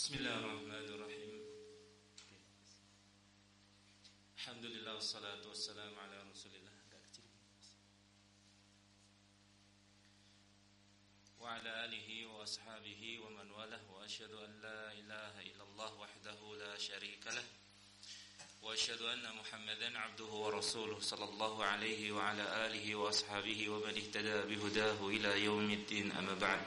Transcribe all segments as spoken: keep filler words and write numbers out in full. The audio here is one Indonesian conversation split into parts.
Bismillahirrahmanirrahim. Alhamdulillah wassalatu wassalamu ala Rasulillah wa ala alihi wa ashabihi wa man walah wa asyhadu an la ilaha illallah wahdahu la syarika lah wa asyhadu anna Muhammadan abduhu wa rasuluh sallallahu alaihi wa ala alihi wa ashabihi wa man ihtada bihudahu ila yaumiddin, amma ba'd.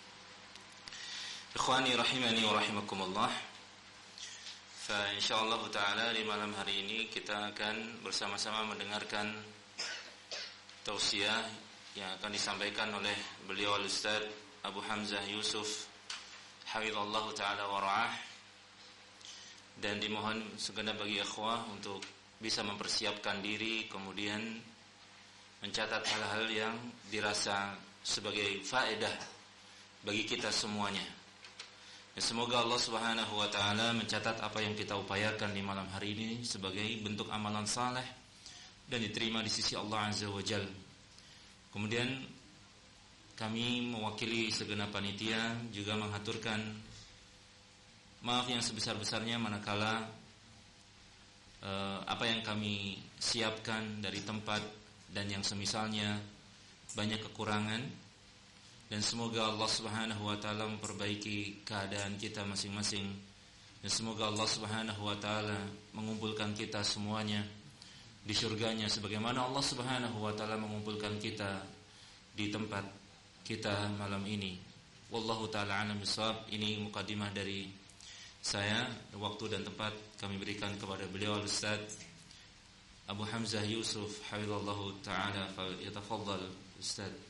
Ikhwani rahimani wa rahimakumullah. Fa insyaallah taala di malam hari ini kita akan bersama-sama mendengarkan tausiah yang akan disampaikan oleh beliau Al-Ustaz Abu Hamzah Yusuf hafizallahu taala wa ra'ah, dan dimohon segenap bagi ikhwah untuk bisa mempersiapkan diri kemudian mencatat hal-hal yang dirasa sebagai faedah bagi kita semuanya. Ya, semoga Allah Subhanahu wa taala mencatat apa yang kita upayakan di malam hari ini sebagai bentuk amalan saleh dan diterima di sisi Allah Azza wa Jalla. Kemudian kami mewakili segenap panitia juga menghaturkan maaf yang sebesar-besarnya manakala eh, apa yang kami siapkan dari tempat dan yang semisalnya banyak kekurangan. Dan semoga Allah Subhanahu wa taala memperbaiki keadaan kita masing-masing. Dan semoga Allah Subhanahu wa taala mengumpulkan kita semuanya di surganya sebagaimana Allah Subhanahu wa taala mengumpulkan kita di tempat kita malam ini. Wallahu taala a'lam bishawab. Ini mukadimah dari saya. Waktu dan tempat kami berikan kepada beliau Al-Ustaz Abu Hamzah Yusuf hafizallahu taala, fa yatafaddal Ustaz.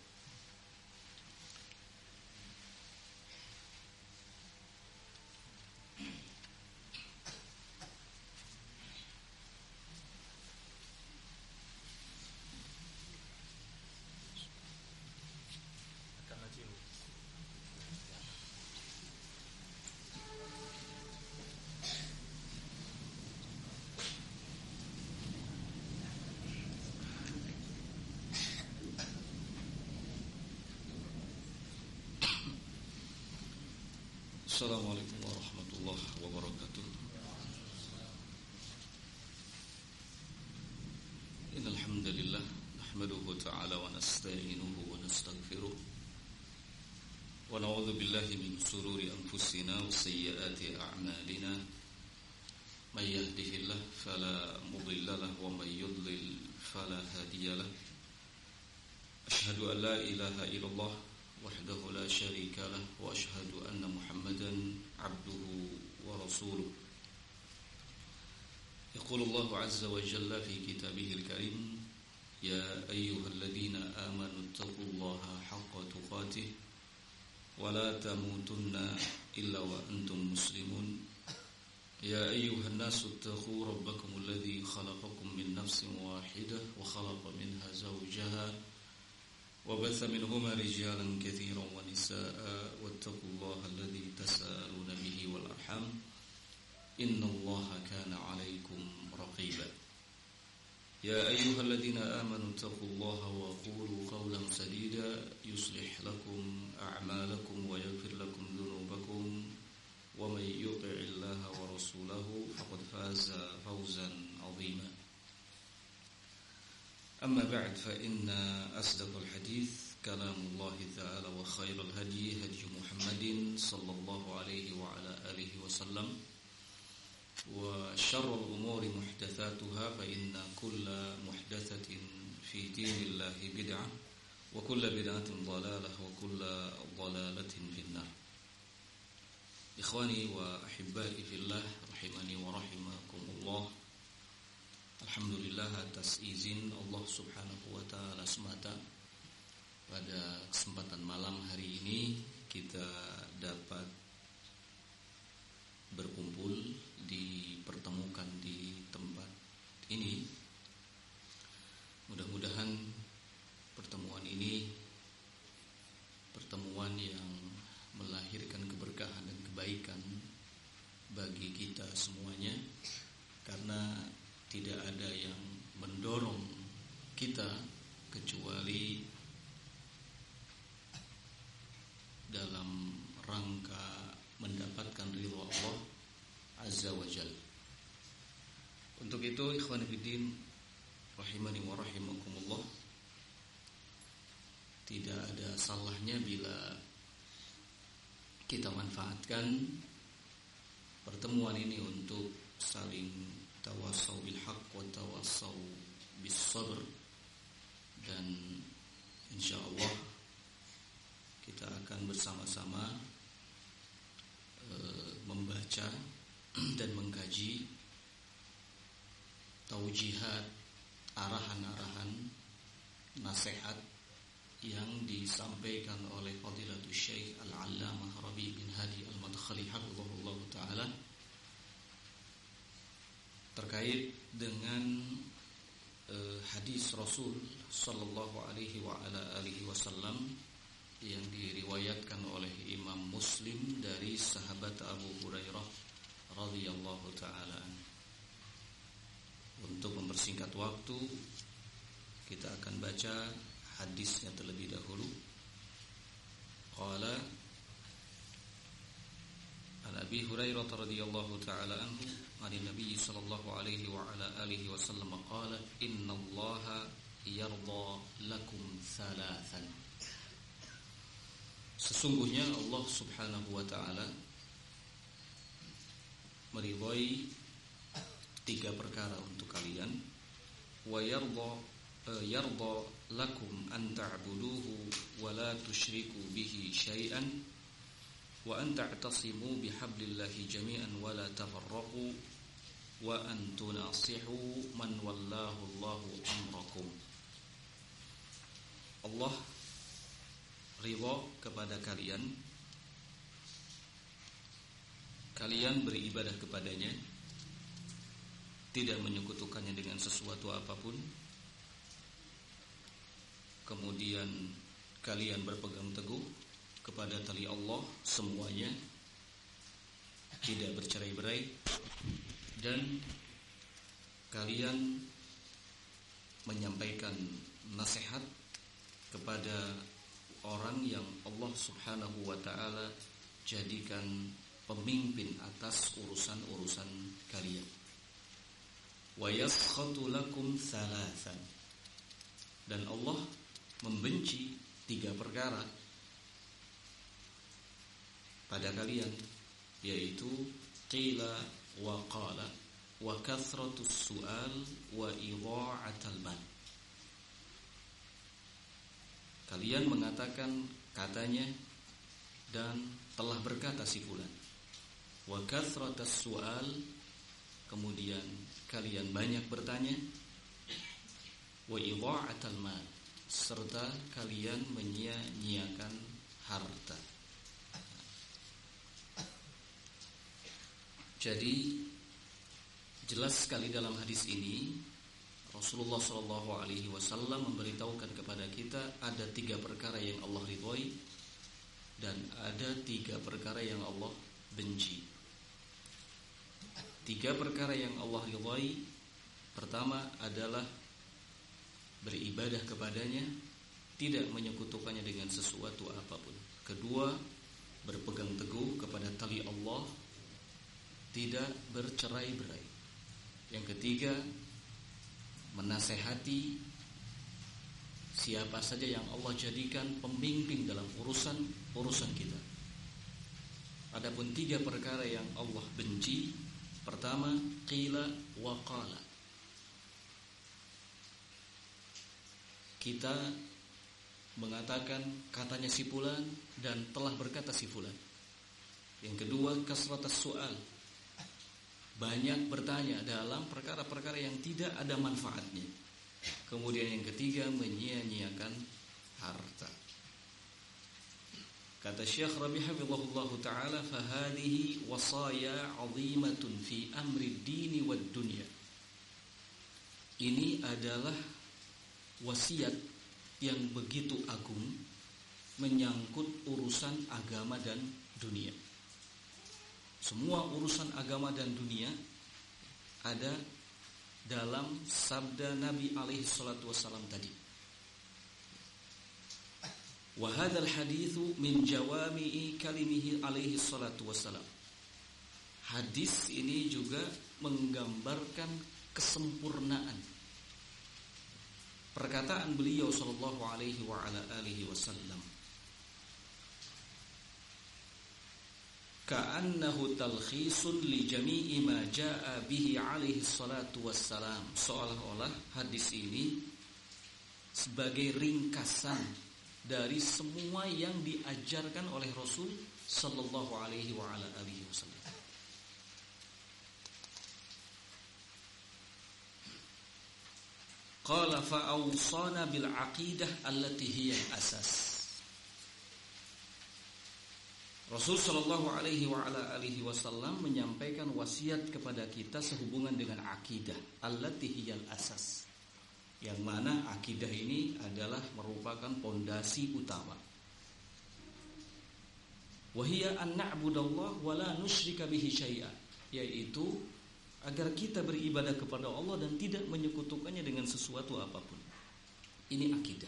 Assalamualaikum warahmatullahi wabarakatuh. Innal hamdalillah nahmaduhu ta'ala wa nasta'inuhu wa nastaghfiruh wa na'udzu billahi min shururi anfusina wa sayyiati a'malina. May yahdihillahu fala mudilla lahu wa may yudlil fala hadiya lahu. Asyhadu an la ilaha illallah wahdahu la syarika lah wa asyhadu anna Muhammadan abduhu wa rasuluh. Yaqulu Allah azza wa jalla fi kitabihil karim, ya ayyuhalladzina amanu taqullaha haqqa tuqatih wa la tamutunna illa wa antum muslimun. Ya ayyuhan nasu taqu rabbakum alladzi khalaqakum min nafsin wahidah wa khalaqa minha zawjaha وبث منهما رجالا كثيرا ونساء واتقوا الله الذي تساءلون به والأرحام إن الله كان عليكم رقيبا. يا أيها الذين آمنوا اتقوا الله وقولوا قولا سديدا يصلح لكم أعمالكم ويغفر لكم ذنوبكم ومن يطع الله ورسوله فقد فاز فوزا عظيما. أما بعد فإن أصدق الحديث كلام الله تعالى وخير الهدي هدي محمد صلى الله عليه وعلى آله وسلم وشر الأمور محدثاتها فإن كل محدثة في دين الله بدعة وكل بدعة ضلالة وكل ضلالة في النار. إخواني وأحبائي في الله رحمني ورحمكم الله. Alhamdulillah atas izin Allah Subhanahu wa taala semata pada kesempatan malam hari ini kita dapat berkumpul dipertemukan di tempat ini. Mudah-mudahan pertemuan ini pertemuan yang melahirkan keberkahan dan kebaikan bagi kita semuanya, karena tidak ada yang mendorong kita kecuali dalam rangka mendapatkan ridha Allah Azza wa Jalla. Untuk itu ikhwan fillah rahimani wa rahimakumullah, tidak ada salahnya bila kita manfaatkan pertemuan ini untuk saling tawassaw bil haqq wa tawassaw bis sabr, dan insyaallah kita akan bersama-sama e, membaca dan mengkaji taujihat, arahan-arahan, nasihat yang disampaikan oleh Fadilatul Syekh Al-Allamah Rabi' bin Hadi Al-Madkhali hafizahullah taala terkait dengan uh, hadis Rasul sallallahu alaihi wa ala alihi wasallam yang diriwayatkan oleh Imam Muslim dari sahabat Abu Hurairah radhiyallahu taala. Untuk mempersingkat waktu, kita akan baca hadisnya terlebih dahulu. Qala An Abi Hurairah radhiyallahu taala anhu, an Nabi sallallahu alaihi wa ala alihi wasallam qala, innallaha yarda lakum thalathan. Sesungguhnya Allah Subhanahu wa taala meridhai tiga perkara untuk kalian. Wa yarda yarda lakum an ta'buduhu wa la tusyriku bihi syai'an wa an ta'tasimu bihablillahi jami'an wa la tafarraqu wa an tunasihu man wallahu Allahu amrakum. Allah ridha kepada kalian, kalian beribadah kepadanya, tidak menyekutukannya dengan sesuatu apapun. Kemudian kalian berpegang teguh kepada tali Allah semuanya, tidak bercerai-berai, dan kalian menyampaikan nasihat kepada orang yang Allah Subhanahu wa taala jadikan pemimpin atas urusan-urusan kalian. Wa yaskhatu lakum thalathan, dan Allah membenci tiga perkara pada kalian, yaitu qila wa qala wa kathratus su'al wa idha'atul mal. Kalian mengatakan katanya dan telah berkata si fulan. Wa kathratus su'al, kemudian kalian banyak bertanya. Wa idha'atul mal, serta kalian menyia-nyiakan harta. Jadi jelas sekali dalam hadis ini Rasulullah shallallahu alaihi wasallam memberitahukan kepada kita ada tiga perkara yang Allah ridhoi dan ada tiga perkara yang Allah benci. Tiga perkara yang Allah ridhoi, pertama adalah beribadah kepadanya, tidak menyekutukannya dengan sesuatu apapun. Kedua, berpegang teguh kepada tali Allah, tidak bercerai-berai. Yang ketiga, menasehati siapa saja yang Allah jadikan pemimpin dalam urusan-urusan kita. Adapun tiga perkara yang Allah benci, pertama, qila wa qala. Kita mengatakan katanya si fulan dan telah berkata si fulan. Yang kedua, kasratus su'al, banyak bertanya dalam perkara-perkara yang tidak ada manfaatnya. Kemudian yang ketiga, menyia-nyiakan harta. Kata Syekh Rabi' hafizahullah ta'ala, fahadihi wasaya 'azimatun fi amri dini wad dunya. Ini adalah wasiat yang begitu agung menyangkut urusan agama dan dunia. Semua urusan agama dan dunia ada dalam sabda Nabi alaihi salatu wasallam tadi. Wa hadzal haditsu min jawami'i kalimihi alaihi salatu wassalam. Hadis ini juga menggambarkan kesempurnaan perkataan beliau sallallahu alaihi wa ala alihi wasallam. Ka'annahu talkhisun li jami'i ma jaa'a bihi alaihi salatu wassalam. Seolah-olah hadis ini sebagai ringkasan dari semua yang diajarkan oleh Rasul sallallahu alaihi wa ala alihi wasallam. Qala fa awsana bil aqidah allati hiya asas. Rasul sallallahu alaihi wa ala alihi wasallam menyampaikan wasiat kepada kita sehubungan dengan akidah allati hiya asas. Yang mana akidah ini adalah merupakan pondasi utama. Wahia an na'budallah wa la nusyrika bihi syai'a, yaitu agar kita beribadah kepada Allah dan tidak menyekutukannya dengan sesuatu apapun. Ini akidah.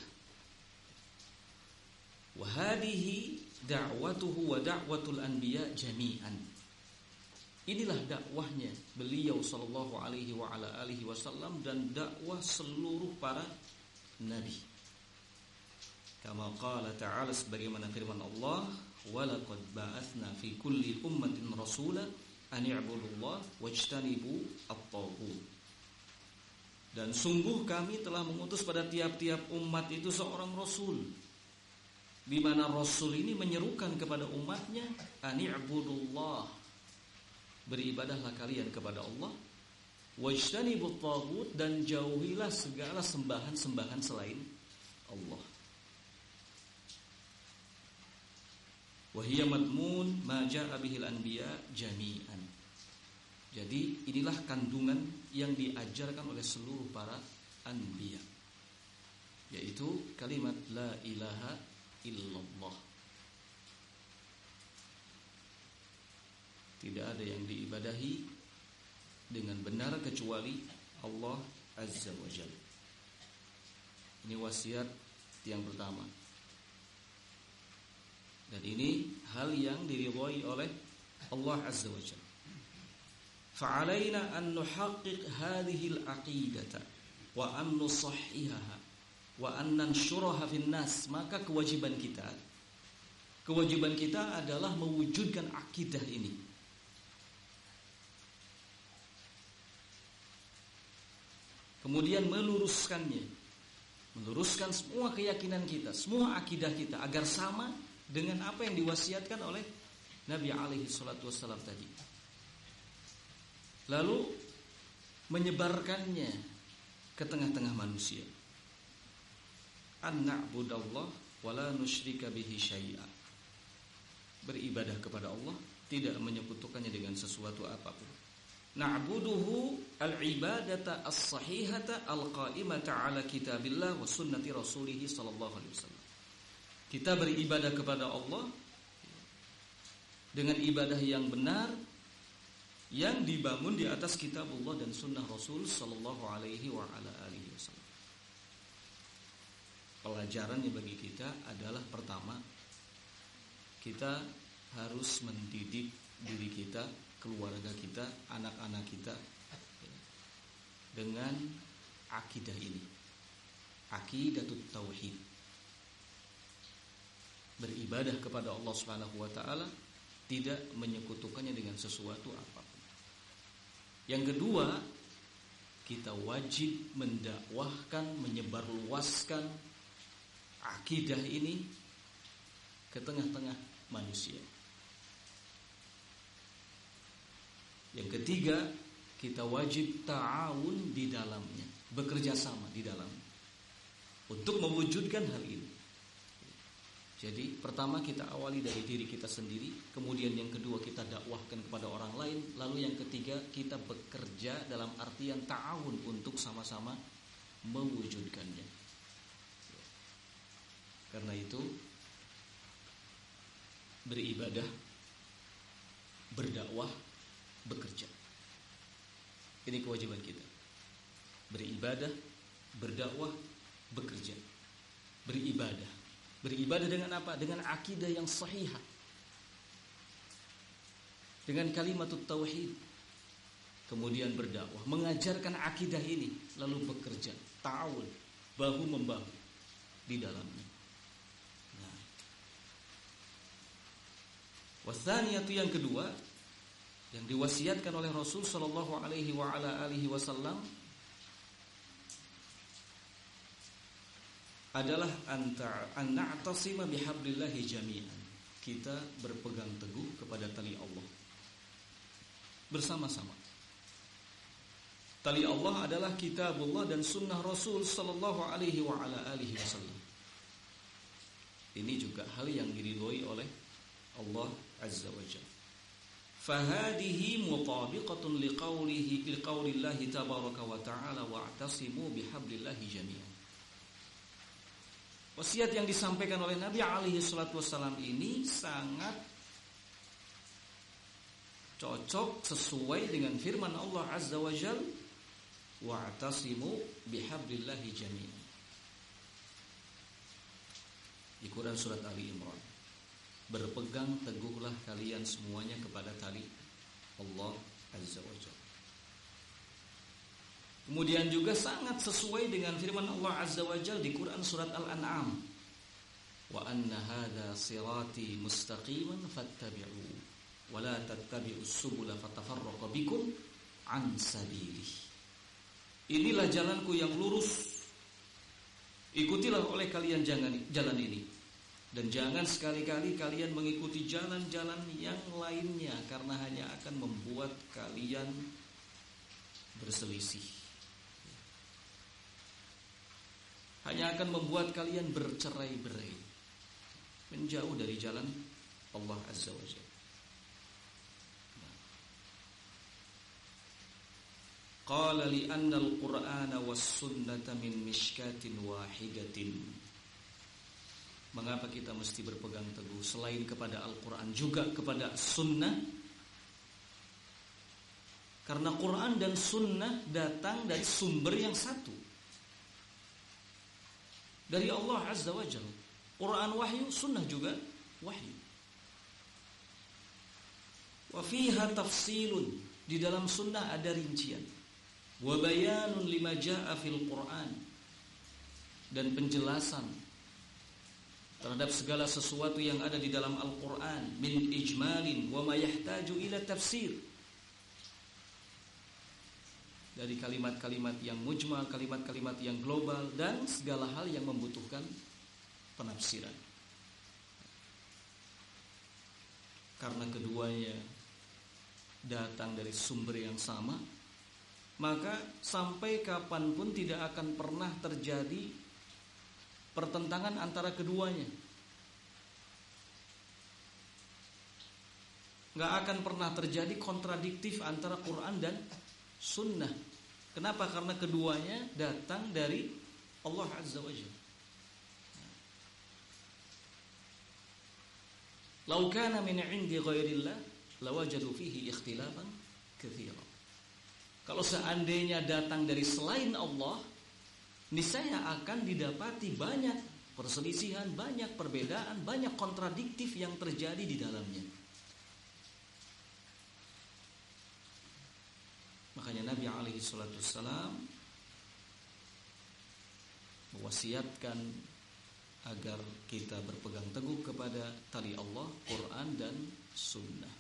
Wa hadhihi da'watuhu wa da'watul anbiya jami'an. Inilah dakwahnya beliau sallallahu alaihi wa ala alihi wasallam dan dakwah seluruh para nabi. Kama qala ta'ala, sebagaimana firman Allah, wa laqad ba'atsna fi kulli ummatin rasula an i'budullah wajtanibu at-taghut. Dan sungguh kami telah mengutus pada tiap-tiap umat itu seorang rasul, di mana rasul ini menyerukan kepada umatnya an i'budullah, beribadahlah kalian kepada Allah, wajtanibut taghut, dan jauhilah segala sembahan-sembahan selain Allah. Wa hiya madmun ma jaa'a bihil anbiya jami'an. Jadi inilah kandungan yang diajarkan oleh seluruh para anbiya, yaitu kalimat la ilaha illallah. Tidak ada yang diibadahi dengan benar kecuali Allah Azza wa Jalla. Ini wasiat yang pertama. Dan ini hal yang diridhai oleh Allah Azza wa Jalla. Fa'alaina an nuhaqqiq hadhihi al-aqidata wa an nusahhihaha wa an nanshuraha fin nas. Maka kewajiban kita kewajiban kita adalah mewujudkan akidah ini, kemudian meluruskannya, meluruskan semua keyakinan kita, semua akidah kita agar sama dengan apa yang diwasiatkan oleh Nabi alaihi salatu wassalam tadi. Lalu menyebarkannya ke tengah-tengah manusia. An na'budallah wa la nusyrika bihi syai'a. Beribadah kepada Allah, tidak menyekutukannya dengan sesuatu apapun. Na'buduhu al-ibadata as-sahihata al-qa'imata ala kitabillah wa sunnati rasulih sallallahu alaihi wasallam. Kita beribadah kepada Allah dengan ibadah yang benar yang dibangun di atas kitabullah dan sunnah Rasul sallallahu alaihi wa ala alihi wasallam. Pelajarannya bagi kita adalah pertama, kita harus mendidik diri kita, keluarga kita, anak-anak kita dengan akidah ini, aqidatut tauhid. Beribadah kepada Allah Subhanahu wa taala, tidak menyekutukannya dengan sesuatu apapun. Yang kedua, kita wajib mendakwahkan, menyebarluaskan akidah ini ke tengah-tengah manusia. Yang ketiga, kita wajib ta'awun di dalamnya, bekerja sama di dalamnya untuk mewujudkan hal ini. Jadi pertama kita awali dari diri kita sendiri, kemudian yang kedua kita dakwahkan kepada orang lain, lalu yang ketiga kita bekerja dalam artian ta'awun untuk sama-sama mewujudkannya. Karena itu beribadah, berdakwah, bekerja. Ini kewajiban kita. Beribadah, berdakwah, bekerja. Beribadah, Beribadah dengan apa? Dengan akidah yang sahihah, dengan kalimatut tauhid. Kemudian berdakwah, mengajarkan akidah ini, lalu bekerja, ta'awun, bahu membahu di dalamnya. Nah, wasaniyatu yang kedua yang diwasiatkan oleh Rasul sallallahu alaihi wa ala alihi wasallam adalah anta an na'tasima bihablillahi jami'an. Kita berpegang teguh kepada tali Allah bersama-sama. Tali Allah adalah kitabullah dan sunnah Rasul sallallahu alaihi wa ala alihi wasallam. Ini juga hal yang diridhoi oleh Allah azza wa jalla. Fahadihi mutabiqatun liqaulihi liqaulillahi tabaraka wa ta'ala wa'tasimu bihablillahi jami'an. Wasiat yang disampaikan oleh Nabi alaihi salatu wasallam ini sangat cocok sesuai dengan firman Allah azza wa jalla, wa'tasimu bihablillahi jami'an. Di Quran surat Ali Imran, berpegang teguhlah kalian semuanya kepada tali Allah azza wa jalla. Kemudian juga sangat sesuai dengan firman Allah azza wa jalla di Quran surat Al-An'am, wa anna hadza sirati mustaqiman fattabi'u wa la tattabi'us subula fatafarraqa bikum an sabilihi. Inilah jalanku yang lurus, ikutilah oleh kalian jangan jalan ini, dan jangan sekali-kali kalian mengikuti jalan-jalan yang lainnya, karena hanya akan membuat kalian berselisih, hanya akan membuat kalian bercerai-berai, menjauh dari jalan Allah azza wa jalla. Qala li anna al-Qur'ana was-sunnata min mishkatin wahidatin. Mengapa kita mesti berpegang teguh selain kepada Al-Qur'an juga kepada sunnah? Karena Qur'an dan sunnah datang dari sumber yang satu, dari Allah azza wa jalla. Qur'an wahyu, sunnah juga wahyu. Wa fiha tafsilun, di dalam sunnah ada rincian. Wa bayanun lima jaa fil Qur'an, dan penjelasan terhadap segala sesuatu yang ada di dalam Al-Qur'an, min ijmalin wa ma yahtaju ila tafsir, dari kalimat-kalimat yang mujmal, kalimat-kalimat yang global, dan segala hal yang membutuhkan penafsiran. Karena keduanya datang dari sumber yang sama, maka sampai kapanpun tidak akan pernah terjadi pertentangan antara keduanya. Gak akan pernah terjadi kontradiktif antara Quran dan sunnah. Kenapa? Karena keduanya datang dari Allah azza wa jalla. Lau kana min 'indi ghairillah lawajadu fihi ikhtilafan katsiran. Kalau seandainya datang dari selain Allah, niscaya akan didapati banyak perselisihan, banyak perbedaan, banyak kontradiktif yang terjadi di dalamnya. Makanya Nabi alaihi salatu wassalam mewasiatkan agar kita berpegang teguh kepada tali Allah, Quran dan sunnah.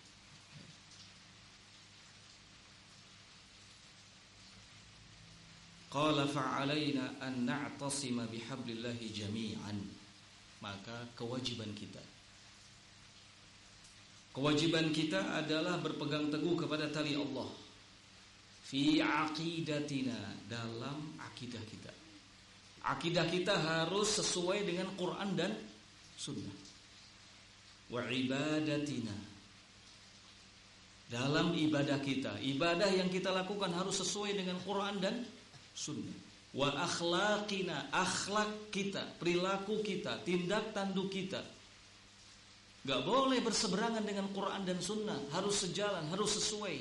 Qala fa'alaina an na'tasima bihablillahi jami'an. Maka kewajiban kita Kewajiban kita adalah berpegang teguh kepada tali Allah fi aqidatina, dalam akidah kita. Akidah kita harus sesuai dengan Quran dan sunnah. Wa ibadatina, dalam ibadah kita, ibadah yang kita lakukan harus sesuai dengan Quran dan sunnah. Wa akhlaqina, akhlak kita, perilaku kita, tindak tanduk kita gak boleh berseberangan dengan Quran dan sunnah, harus sejalan, harus sesuai,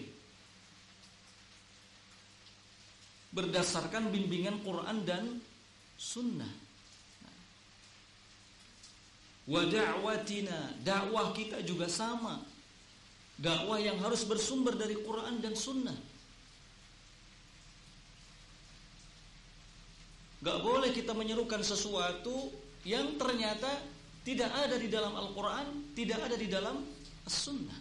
berdasarkan bimbingan Quran dan sunnah. Wa da'watina, dakwah kita juga sama. Dakwah yang harus bersumber dari Quran dan Sunnah. Gak boleh kita menyerukan sesuatu yang ternyata tidak ada di dalam Al-Quran, tidak ada di dalam As-Sunnah.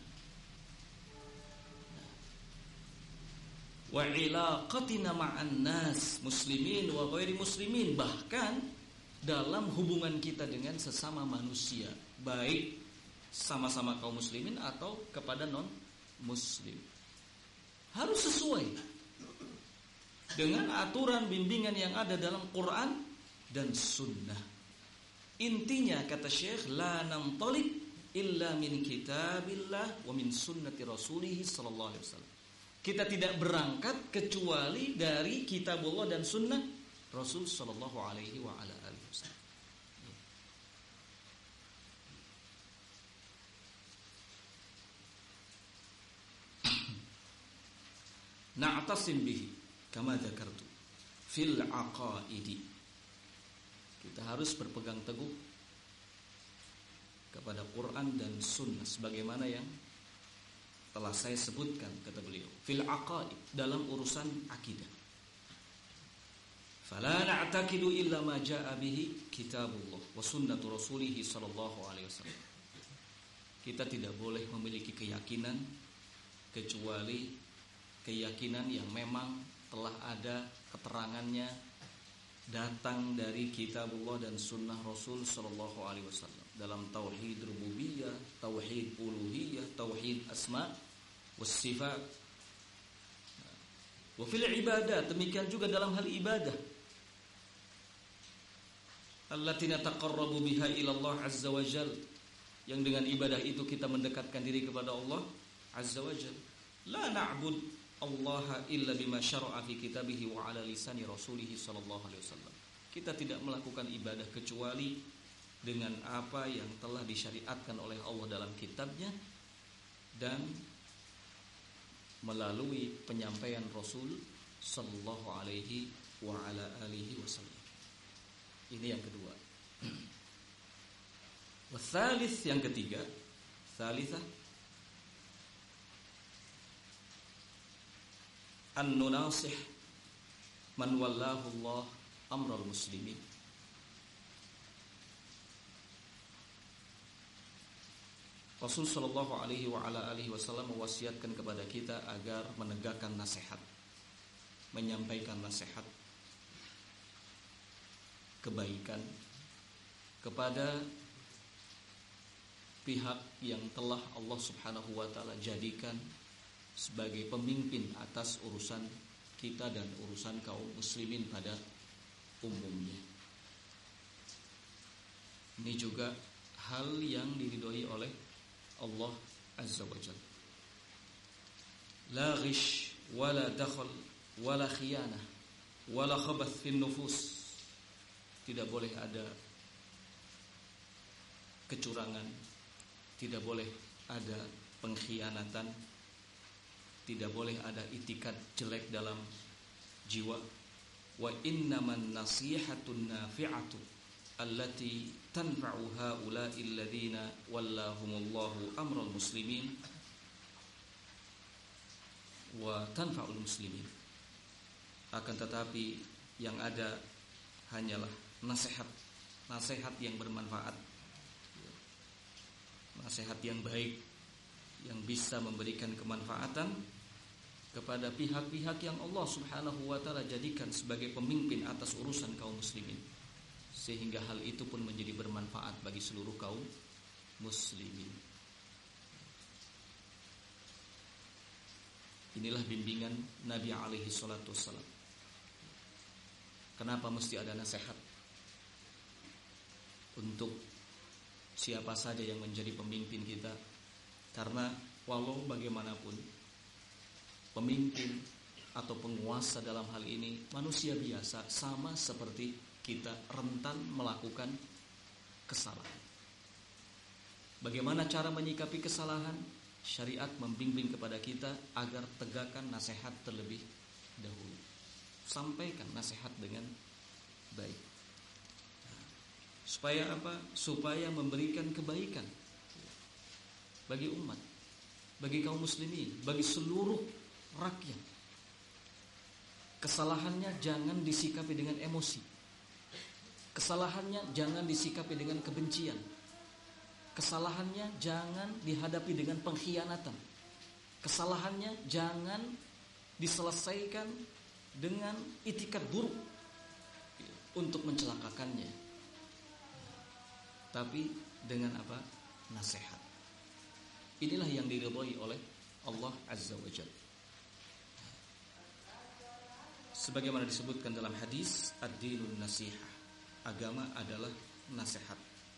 Wa ilaqatina ma'an nas muslimin wa ghairi muslimin, bahkan dalam hubungan kita dengan sesama manusia, baik sama-sama kaum muslimin atau kepada non muslim, harus sesuai dengan aturan bimbingan yang ada dalam Quran dan Sunnah. Intinya kata Syekh, la namtalik illa min kitabillah wa min sunnati rasulih sallallahu alaihi wasallam. Kita tidak berangkat kecuali dari kitabullah dan sunnah Rasul sallallahu alaihi wa ala alihi wasallam. Na'tasim bihi kama dzakartu fil aqaidi. Kita harus berpegang teguh kepada Quran dan Sunnah sebagaimana yang telah saya sebutkan, kata beliau, fil aqaid, dalam urusan akidah. Fala na'taqidu illa ma jaa'a bihi kitabullah wa sunnatu rasulih sallallahu alaihi wasallam. Kita tidak boleh memiliki keyakinan kecuali keyakinan yang memang telah ada keterangannya, datang dari kitabullah dan sunnah Rasul sallallahu alaihi wasallam dalam tauhid rububiyah, tauhid uluhiyah, tauhid asma was sifat. Wa fil ibadah, demikian juga dalam hal ibadah. Allati nataqarrabu biha ila Allah azza wa jal, yang dengan ibadah itu kita mendekatkan diri kepada Allah azza wa jal. La na'bud Allah illa bima syara'a fi kitabihi wa ala lisani rasulih sallallahu alaihi wasallam. Kita tidak melakukan ibadah kecuali dengan apa yang telah disyariatkan oleh Allah dalam kitabnya dan melalui penyampaian Rasul sallallahu alaihi wa ala alihi wasallam. Ini yang kedua. Wasalis, yang ketiga, salisa an-nunasih man wallahu Allah amral muslimin. Rasul sallallahu alaihi wa ala alihi wasallam mewasiatkan kepada kita agar menegakkan nasihat, menyampaikan nasihat kebaikan kepada pihak yang telah Allah Subhanahu wa taala jadikan sebagai pemimpin atas urusan kita dan urusan kaum muslimin pada umumnya. Ini juga hal yang diridhoi oleh Allah azza wa jalla. La ghish wala dakhal wala khiyanah wala khabath fin nufus. Tidak boleh ada kecurangan, tidak boleh ada pengkhianatan, tidak boleh ada itikat jelek dalam jiwa. Wa innaman nasihatun nafi'atu allati tanfa'u haula'il ladzina wallahumullahu amral muslimin wa tanfa'ul muslimin. Akan tetapi yang ada hanyalah nasihat, nasihat yang bermanfaat, nasihat yang baik yang bisa memberikan kemanfaatan kepada pihak-pihak yang Allah Subhanahu wa taala jadikan sebagai pemimpin atas urusan kaum muslimin, sehingga hal itu pun menjadi bermanfaat bagi seluruh kaum muslimin. Inilah bimbingan Nabi alaihi salatu wassalam. Kenapa mesti ada nasihat untuk siapa saja yang menjadi pemimpin kita? Karena walau bagaimanapun pemimpin atau penguasa dalam hal ini manusia biasa, sama seperti kita, rentan melakukan kesalahan. Bagaimana cara menyikapi kesalahan? Syariat membimbing kepada kita agar tegakkan nasihat terlebih dahulu. Sampaikan nasihat dengan baik. Supaya apa? Supaya memberikan kebaikan bagi umat, bagi kaum muslimin, bagi seluruh rakyat. Kesalahannya jangan disikapi dengan emosi. Kesalahannya jangan disikapi dengan kebencian. Kesalahannya jangan dihadapi dengan pengkhianatan. Kesalahannya jangan diselesaikan dengan itikat buruk untuk mencelakakannya, tapi dengan apa? Nasihat. Inilah yang diridhai oleh Allah Azza wa Jalla. Sebagaimana disebutkan dalam hadis, ad-dinun nasihah, agama adalah nasihat.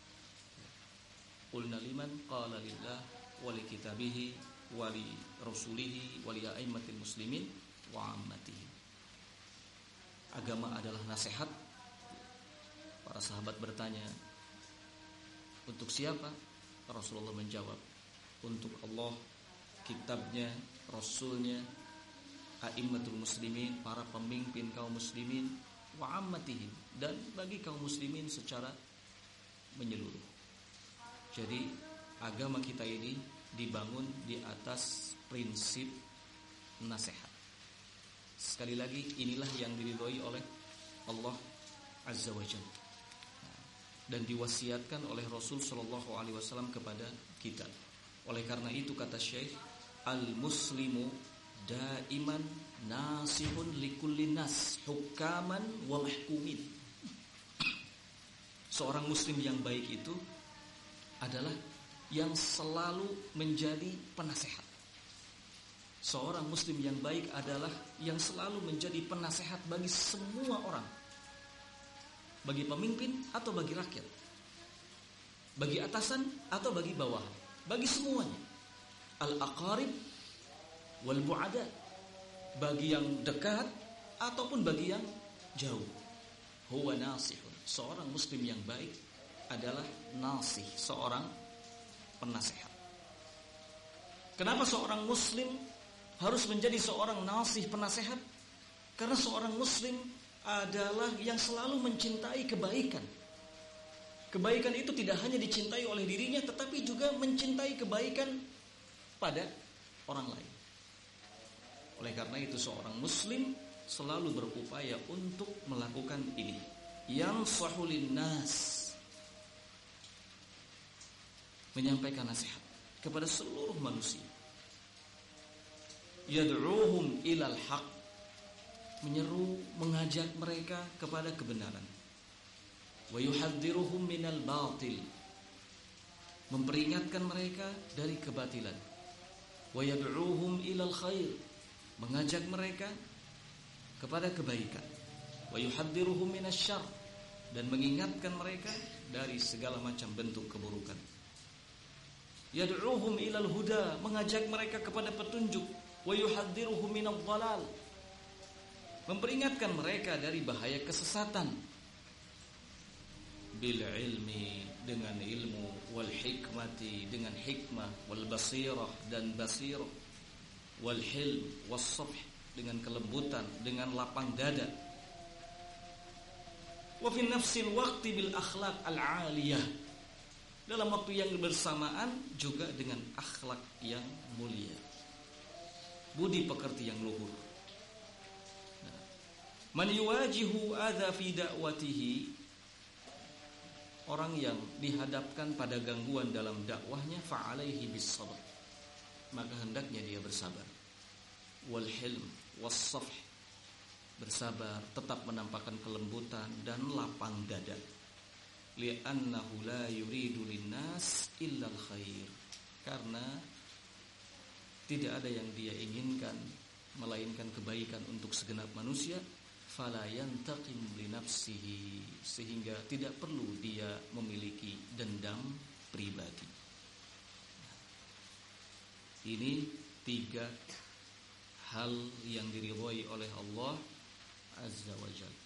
Qulna liman qala lillah wa li kitabihi wa li rasulihi wa li a'immatil muslimin wa ammatihi. Agama adalah nasihat. Para sahabat bertanya, untuk siapa? Rasulullah menjawab, untuk Allah, kitabnya, rasulnya, a'immatul muslimin, para pemimpin kaum muslimin, wa ammatihim, dan bagi kaum muslimin secara menyeluruh. Jadi agama kita ini dibangun di atas prinsip nasihat. Sekali lagi, inilah yang diridhoi oleh Allah Azza wa Jalla dan diwasiatkan oleh Rasul sallallahu alaihi wasallam kepada kita. Oleh karena itu kata Syekh, al-muslimu daiman nasihun likulli nas hukaman wa mahkumin. Seorang muslim yang baik itu adalah yang selalu menjadi penasehat. Seorang muslim yang baik adalah yang selalu menjadi penasehat bagi semua orang, bagi pemimpin atau bagi rakyat, bagi atasan atau bagi bawahan, bagi semuanya. Al-aqarib wal bu'ada, bagi yang dekat ataupun bagi yang jauh. Huwa nasihun. Seorang muslim yang baik adalah nasih, seorang penasehat. Kenapa seorang muslim harus menjadi seorang nasih, penasehat? Karena seorang muslim adalah yang selalu mencintai kebaikan. Kebaikan itu tidak hanya dicintai oleh dirinya, tetapi juga mencintai kebaikan pada orang lain. Oleh karena itu seorang muslim selalu berupaya untuk melakukan ini. Yansahu linnas, menyampaikan nasihat kepada seluruh manusia. Yad'uuhum ilal haq, menyeru, mengajak mereka kepada kebenaran. Wa yuhadziruhum minal batil, memperingatkan mereka dari kebatilan. Wa yad'uuhum ilal khair, mengajak mereka kepada kebaikan. Wa yuhadziruhum minasyarr, dan mengingatkan mereka dari segala macam bentuk keburukan. Yad'uuhum ilal huda, mengajak mereka kepada petunjuk. Wa yuhadziruhum minadh dhalal, memperingatkan mereka dari bahaya kesesatan. Bil ilmi, dengan ilmu, wal hikmati, dengan hikmah, wal basirah, dan basirah, wal hilm, was safh, dengan kelembutan, dengan lapang dada. Wa fi nafsil waqti bil akhlaq al aliyah, dalam waktu yang bersamaan juga dengan akhlak yang mulia, budi pekerti yang luhur. Man yuwajihu adza fi da'watihi, orang yang dihadapkan pada gangguan dalam dakwahnya, fa'alaihi bis sabr, maka hendaknya dia bersabar. Wal hilm was safh, bersabar, tetap menampakkan kelembutan dan lapang dada. Li'annahu la yuridu linnas illa al-khair, karena tidak ada yang dia inginkan melainkan kebaikan untuk segenap manusia. Fala yantaqim li nafsihi, sehingga tidak perlu dia memiliki dendam pribadi. Ini tiga hal yang diridhai oleh Allah Azza wa Jalla.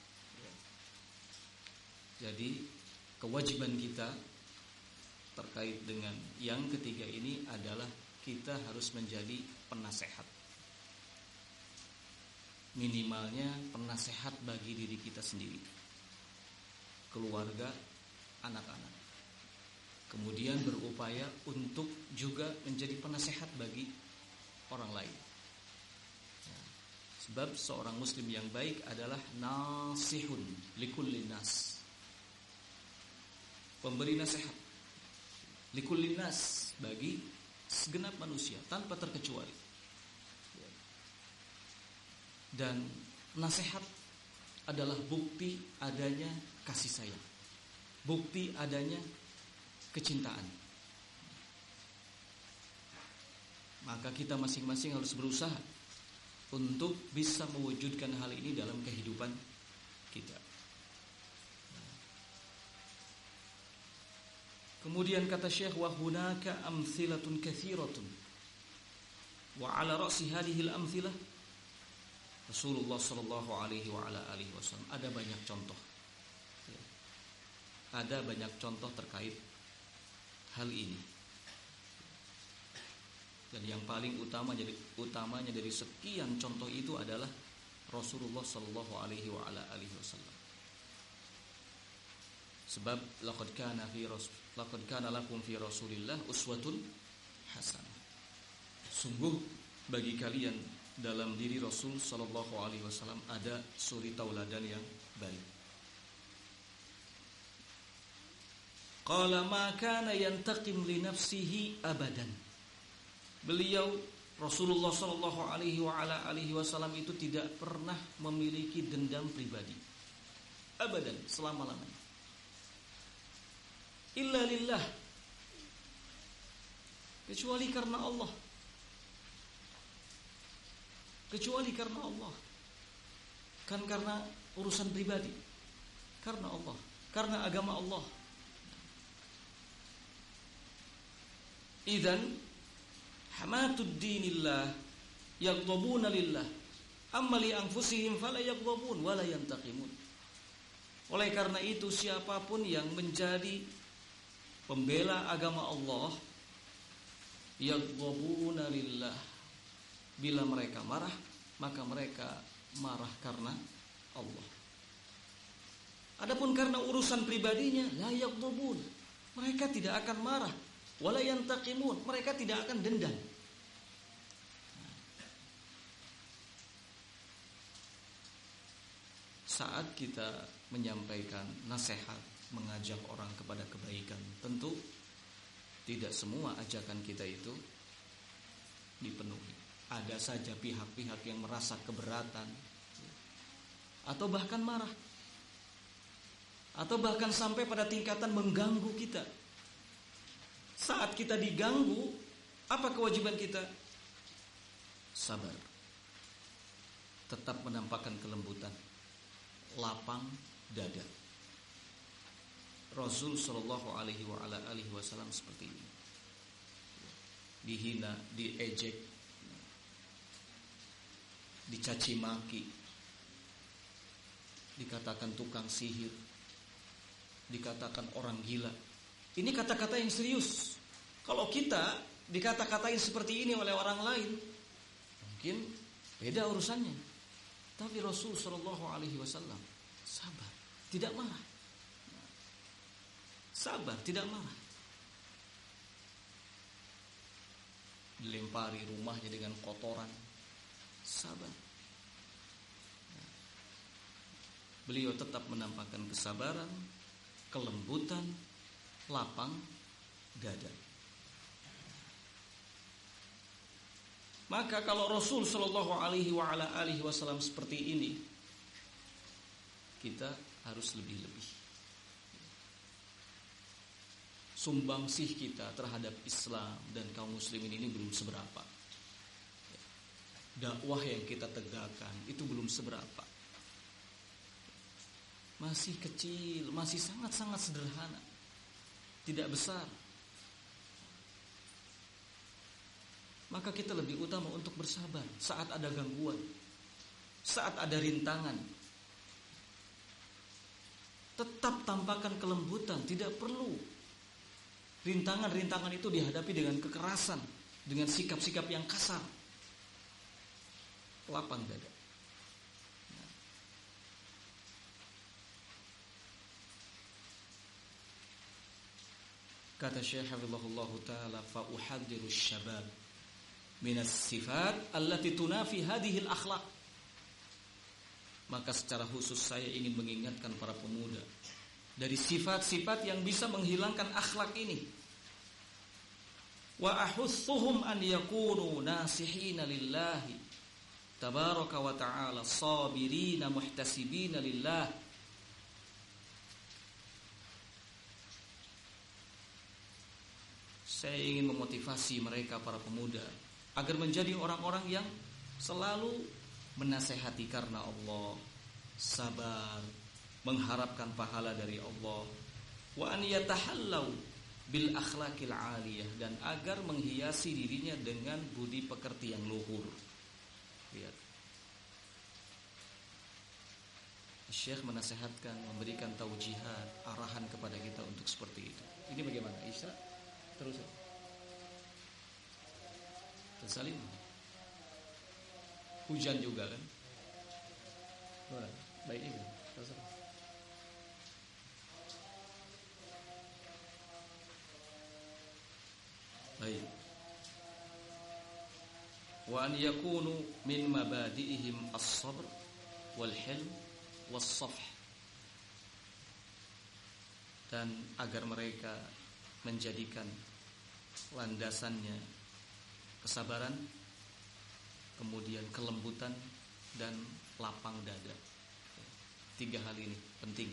Jadi kewajiban kita terkait dengan yang ketiga ini adalah kita harus menjadi penasehat. Minimalnya penasehat bagi diri kita sendiri, keluarga, anak-anak. Kemudian berupaya untuk juga menjadi penasehat bagi orang lain. Ya. Sebab seorang muslim yang baik adalah nasihun likulli nas. Pemberi nasihat likulli nas, bagi segenap manusia tanpa terkecuali. Ya. Dan nasihat adalah bukti adanya kasih sayang, bukti adanya kecintaan. Maka kita masing-masing harus berusaha untuk bisa mewujudkan hal ini dalam kehidupan kita. Kemudian kata Syekh, wa hunaka amthilatun katsiratun wa ala ra'si hadhihi al-amthilah Rasulullah sallallahu alaihi wa ala alihi wasallam. Ada banyak contoh. Ada banyak contoh terkait hal ini. Dan yang paling utama jadi utamanya dari sekian contoh itu adalah Rasulullah sallallahu alaihi wa ala alihi wasallam. Sebab laqad kana fi rasul laqad kana lakum fi Rasulillah uswatun hasanah. Sungguh bagi kalian dalam diri Rasul sallallahu alaihi wasallam ada suri tauladan yang baik. Qala ma kana yantaqim li nafsihi abadan. Beliau Rasulullah sallallahu alaihi wa ala alihi wasallam itu tidak pernah memiliki dendam pribadi. Abadan, selama-lamanya. Illa lillah. Kecuali karena Allah. Kecuali karena Allah. Kan karena urusan pribadi. Karena Allah, karena agama Allah. Idzan hamatud dinillah yaghdabuna lillah amma li anfusihim fala yaghdabun wala yantaqimun. Oleh karena itu siapapun yang menjadi pembela agama Allah yaghdabuna lillah, bila mereka marah maka mereka marah karena Allah. Adapun karena urusan pribadinya la yaghdabun, mereka tidak akan marah. Wala yantaqimun, mereka tidak akan dendam. Saat kita menyampaikan nasihat, mengajak orang kepada kebaikan, tentu tidak semua ajakan kita itu dipenuhi. Ada saja pihak-pihak yang merasa keberatan atau bahkan marah, atau bahkan sampai pada tingkatan mengganggu kita. Saat kita diganggu, apa kewajiban kita? Sabar. Tetap menampakkan kelembutan, lapang dada. Rasul sallallahu alaihi wa ala alihi wasallam seperti ini. Dihina, diejek, dicaci maki, dikatakan tukang sihir, dikatakan orang gila. Ini kata-kata yang serius. Kalau kita dikata-katain seperti ini oleh orang lain, mungkin beda urusannya. Tapi Rasul sallallahu alaihi wasallam sabar, tidak marah. Sabar, tidak marah. Dilempari rumahnya dengan kotoran, sabar. Beliau tetap menampakkan kesabaran, kelembutan, lapang dada. Maka kalau Rasul sallallahu alaihi wa ala alihi wasallam seperti ini, kita harus lebih-lebih. Sumbangsih kita terhadap Islam dan kaum muslimin ini belum seberapa. Dakwah yang kita tegakkan itu belum seberapa. Masih kecil, masih sangat-sangat sederhana. Tidak besar. Maka kita lebih utama untuk bersabar saat ada gangguan, saat ada rintangan. Tetap tampakkan kelembutan, tidak perlu rintangan-rintangan itu dihadapi dengan kekerasan, dengan sikap-sikap yang kasar. Lapang dada. Kata Syekh hafizahullah taala, fa uhaddiru syabab minas sifat allati tunafi hadhihi al-akhlaq. Maka secara khusus saya ingin mengingatkan para pemuda dari sifat-sifat yang bisa menghilangkan akhlak ini. Wa ahuthuhum an yakunu nasihina lillahi tabaraka wa ta'ala, sabirina muhtasibina lillah. Saya ingin memotivasi mereka para pemuda agar menjadi orang-orang yang selalu menasehati karena Allah, sabar, mengharapkan pahala dari Allah, wa an yatahallau bil akhlaqil aliyah, dan agar menghiasi dirinya dengan budi pekerti yang luhur. Lihat, Syekh menasehatkan, memberikan taujihat, arahan kepada kita untuk seperti itu. Ini bagaimana Isra? Terus tersalim. Hujan juga kan? Wah, baik ini. Terserah. Baik. Wa an yakunu min mabadi'ihim as-sabr wal hilm was-safh. Dan agar mereka menjadikan landasannya kesabaran, kemudian kelembutan dan lapang dada. Tiga hal ini penting.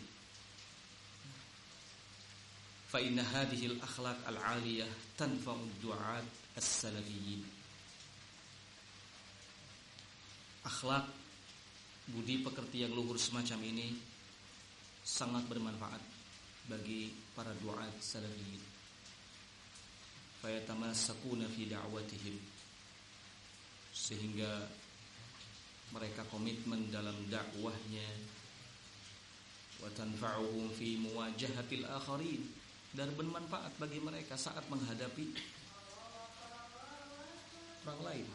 Fa inna hadhihi al-akhlaq al-'aliyah tanfa'u ad-du'at as-salafiyyin. Akhlak, budi pekerti yang luhur semacam ini sangat bermanfaat bagi para du'at salafiyyin. Fayatamassakuna fi da'watihim, sehingga mereka komitmen dalam dakwahnya. Wa tanfa'uhum fi muwajahatil akharin, dan bermanfaat bagi mereka saat menghadapi orang lain.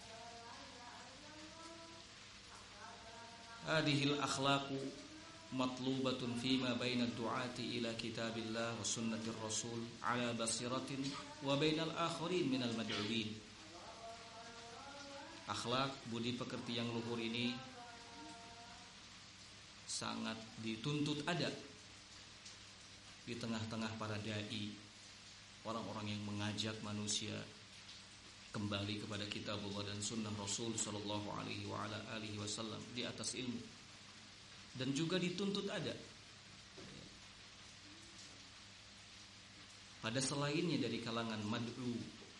Hadhil akhlaqu matlubatun fima baina du'ati ila kitabillah wa sunnatir rasul ala basiratin wa bainal akharin minal mad'uwin. Akhlak, budi pekerti yang luhur ini sangat dituntut ada di tengah-tengah para dai, orang-orang yang mengajak manusia kembali kepada kitabullah dan sunnah Rasul sallallahu alaihi wa ala alihi wasallam di atas ilmu. Dan juga dituntut ada pada selainnya dari kalangan mad'u.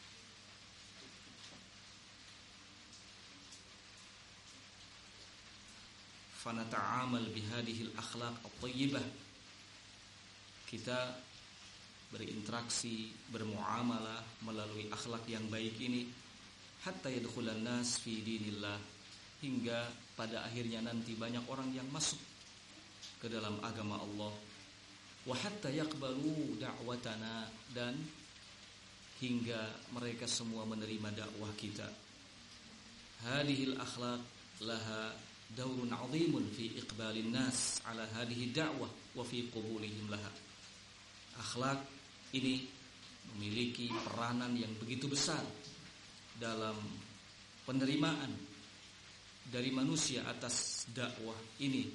Fanata'amal bihadihil akhlaq at-thayyibah. Kita berinteraksi, bermuamalah melalui akhlak yang baik ini, hatta yadkhulan nas fi dinillah, hingga pada akhirnya nanti banyak orang yang masuk ke dalam agama Allah. Wa hatta yaqbalu da'watana, dan hingga mereka semua menerima dakwah kita. Hadhil akhlaq laha daurun 'azimun fi iqbalin nas ala hadhihi da'wah wa fi qubulihim laha. Akhlak ini memiliki peranan yang begitu besar dalam penerimaan dari manusia atas dakwah ini,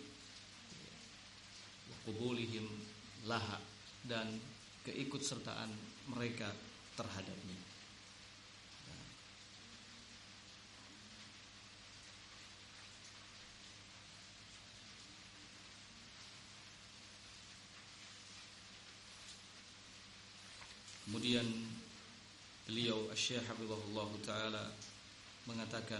wa qubulihim laha, dan keikutsertaan mereka terhadapnya. Kemudian beliau Asy-Syaikh Hafizahullah Ta'ala mengatakan,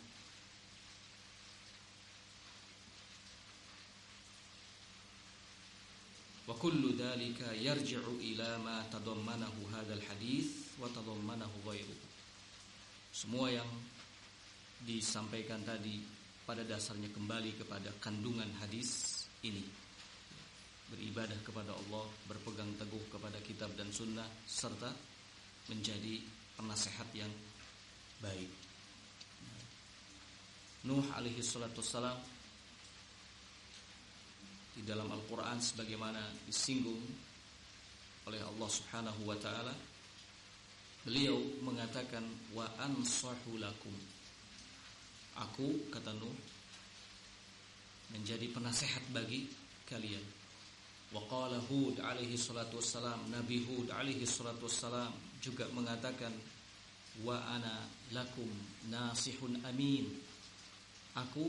wa kullu dhalika yarji'u ila ma tadammanahu hadzal hadits wa tadammanahu ghairuhu. Semua yang disampaikan tadi pada dasarnya kembali kepada kandungan hadis ini. Beribadah kepada Allah, berpegang teguh kepada kitab dan sunnah, serta menjadi penasehat yang baik. Nuh alaihi salatu wassalam di dalam Al-Quran sebagaimana disinggung oleh Allah Subhanahu wa taala. Beliau mengatakan wa ansahu lakum. Aku, kata Nuh, menjadi penasehat bagi kalian. Wa qala Hud alaihi salatu wassalam, Nabi Hud alaihi salatu wassalam juga mengatakan wa ana lakum nasihun amin. Aku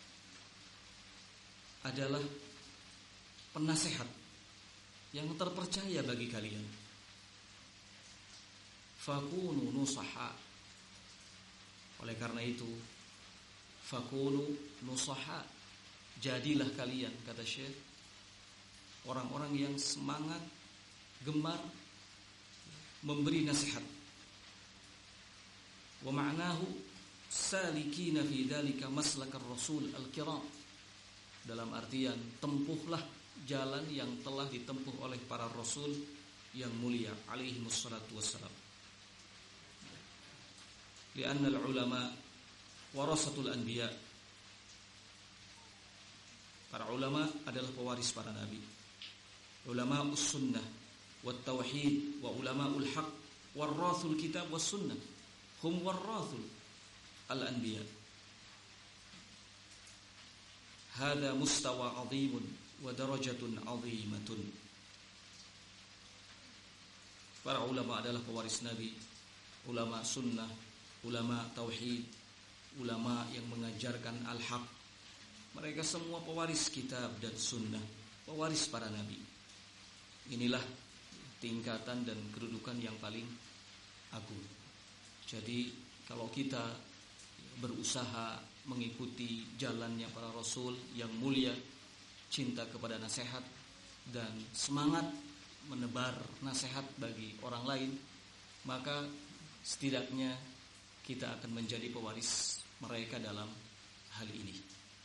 adalah penasehat yang terpercaya bagi kalian. Fakunu nusaha. Oleh karena itu, fakunu nusaha, jadilah kalian, kata Syekh, orang-orang yang semangat, gemar memberi nasihat. Wa ma'nahu salikina fi dzalika maslakar rasul al-kiram. Dalam artian tempuhlah jalan yang telah ditempuh oleh para rasul yang mulia alaihi wassalatu wassalam. Lianna al-ulama warasatul anbiya. Para ulama adalah pewaris para nabi. Ulama us-sunnah wat tauhid wa ulama ul-haq warathul kitab was sunnah. Hum warathul al-anbiya. Hada mustawa 'azimun wa darajatun 'azimatun. Para ulama adalah pewaris nabi, ulama sunnah, ulama tauhid, ulama yang mengajarkan al-haq. Mereka semua pewaris kitab dan sunnah, pewaris para nabi. Inilah tingkatan dan kedudukan yang paling agung. Jadi kalau kita berusaha mengikuti jalannya para rasul yang mulia, cinta kepada nasihat dan semangat menebar nasihat bagi orang lain, maka setidaknya kita akan menjadi pewaris mereka dalam hal ini.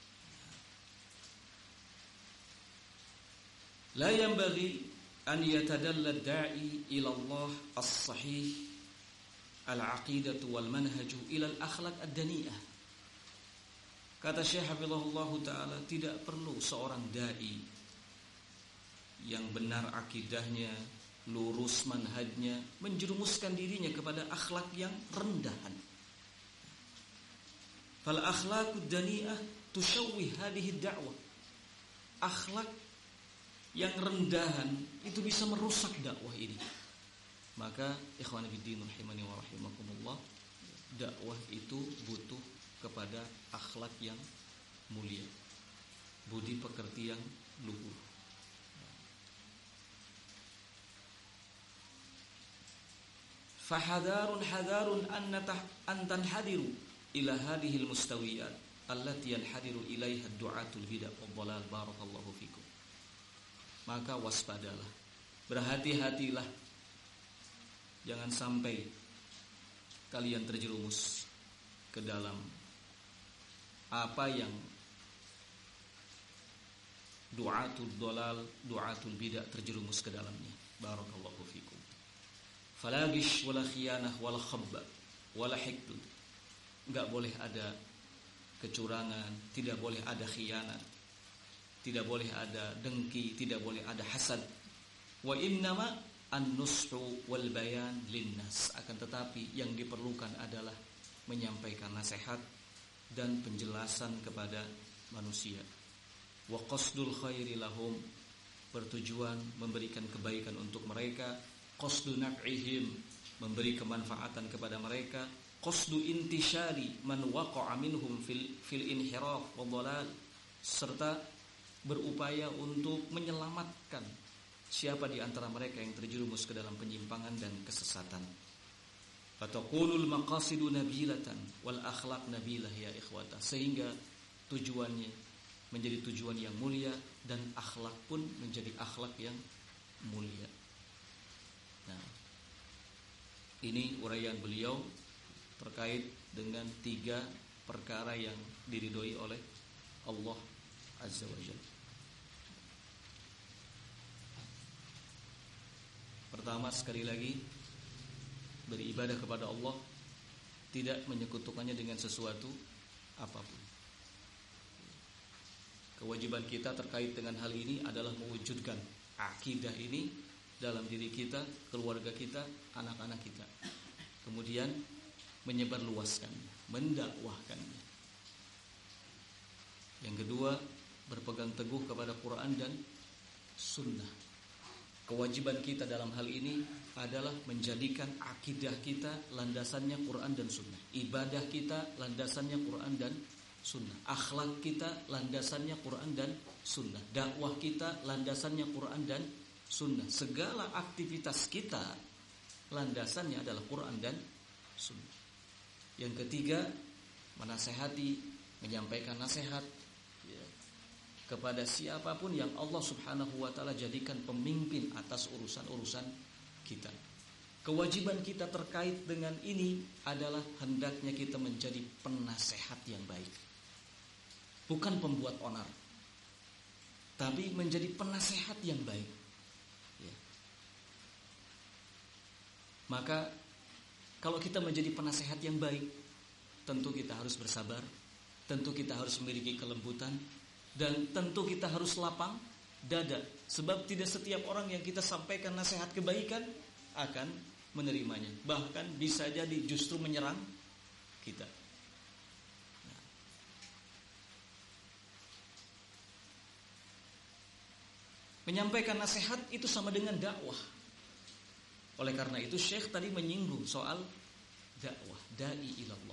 La yanbaghi an yatadalla ad-da'i ila Allah as-sahih al-aqidatu wal manhaju ila al-akhlaq ad-dani'ah. Kata Syekh Hafizahullah Ta'ala, tidak perlu seorang da'i yang benar akidahnya, lurus manhajnya, menjerumuskan dirinya kepada akhlak yang rendahan. Fal akhlaqud dani'ah tushawwih hadhihi ad-da'wah. Akhlak yang rendahan itu bisa merusak dakwah ini. Maka ikhwan fillah rahimani wa rahimakumullah, dakwah itu butuh kepada akhlak yang mulia, budi pekerti yang luhur. Fahadarun hadarun an tanhadiru ila hadhihi almustawiyat allati yanhadiru ilaiha ad-du'atul bid'ah wad dhalal. Barakallahu fikum. Maka waspadalah, berhati-hatilah, jangan sampai kalian terjerumus ke dalam apa yang du'atul dhalal, du'atul bid'ah terjerumus ke dalamnya. Barakallahu fikum. Fala gish wala khiyanah wala khabba wala hikd. Enggak boleh ada kecurangan, tidak boleh ada khianat, tidak boleh ada dengki, tidak boleh ada hasad. Wa innama an-nushu wal bayan linnas. Akan tetapi yang diperlukan adalah menyampaikan nasihat dan penjelasan kepada manusia. Wa qasdul khairi lahum, bertujuan memberikan kebaikan untuk mereka. Qasdu naf'ihim, memberi kemanfaatan kepada mereka. Qasdu intishari man waqa'a minhum fil fil inhiraf wa dhalal, serta berupaya untuk menyelamatkan siapa di antara mereka yang terjerumus ke dalam penyimpangan dan kesesatan. Fatakunul maqasidu nabilatan wal akhlaq nabilah ya ikhwata, sehingga tujuannya menjadi tujuan yang mulia dan akhlak pun menjadi akhlak yang mulia. Nah, ini uraian beliau terkait dengan tiga perkara yang diridhoi oleh Allah Azza wa Jalla. Pertama, sekali lagi, beribadah kepada Allah, tidak menyekutukannya dengan sesuatu apapun. Kewajiban kita terkait dengan hal ini adalah mewujudkan akidah ini dalam diri kita, keluarga kita, anak-anak kita. Kemudian menyebarluaskannya, mendakwahkannya. Yang kedua, berpegang teguh kepada Quran dan Sunnah. Kewajiban kita dalam hal ini adalah menjadikan akidah kita landasannya Quran dan Sunnah. Ibadah kita landasannya Quran dan Sunnah. Akhlak kita landasannya Quran dan Sunnah. Dakwah kita landasannya Quran dan Sunnah. Segala aktivitas kita landasannya adalah Quran dan Sunnah. Yang ketiga, menasehati, menyampaikan nasihat ya, kepada siapapun yang Allah Subhanahu wa taala jadikan pemimpin atas urusan-urusan kita. Kewajiban kita terkait dengan ini adalah hendaknya kita menjadi penasehat yang baik. Bukan pembuat onar, tapi menjadi penasehat yang baik ya. Maka kalau kita menjadi penasehat yang baik, tentu kita harus bersabar, tentu kita harus memiliki kelembutan, dan tentu kita harus lapang dada. Sebab tidak setiap orang yang kita sampaikan nasihat kebaikan akan menerimanya. Bahkan bisa jadi justru menyerang kita. Nah. Menyampaikan nasihat itu sama dengan dakwah. Oleh karena itu Syekh tadi menyinggung soal dakwah, da'i ilallah.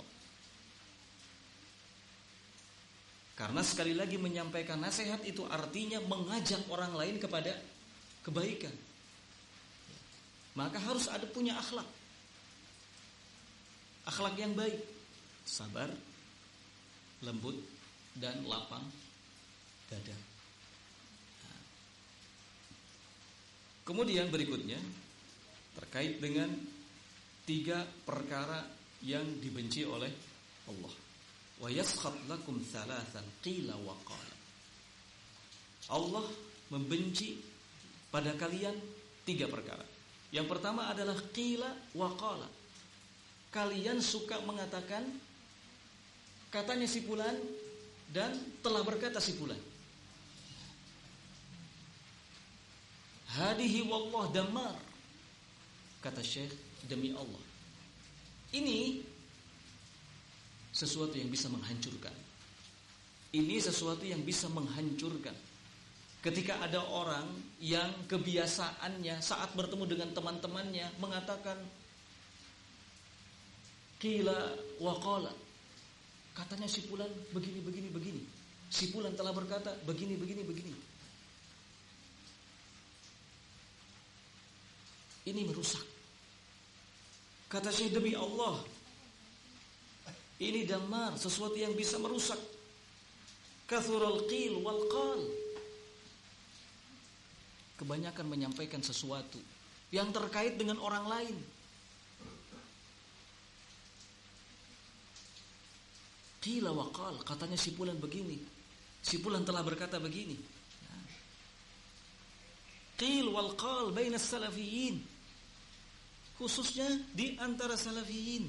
Karena sekali lagi menyampaikan nasihat itu artinya mengajak orang lain kepada kebaikan. Maka harus ada punya akhlak. Akhlak yang baik, sabar, lembut, dan lapang dada. Nah. Kemudian berikutnya terkait dengan tiga perkara yang dibenci oleh Allah. Wa yaskhat lakum thalathan qila wa qala. Allah membenci pada kalian tiga perkara. Yang pertama adalah qila wa qala. Kalian suka mengatakan katanya si fulan dan telah berkata si fulan. Hadihi wallah damar. Kata Syekh, demi Allah, ini sesuatu yang bisa menghancurkan. Ini sesuatu yang bisa menghancurkan. Ketika ada orang yang kebiasaannya saat bertemu dengan teman-temannya mengatakan qila wa qala, katanya si fulan begini begini begini, si fulan telah berkata begini begini begini. Ini merusak. Kata Syekh, demi Allah, ini damar, sesuatu yang bisa merusak. Kathural qil wal qal. Kebanyakan menyampaikan sesuatu yang terkait dengan orang lain. Qila wa qal, katanya si fulan begini, si fulan telah berkata begini. Qil wal qal bainas salafiyyin, khususnya di antara salafiyin.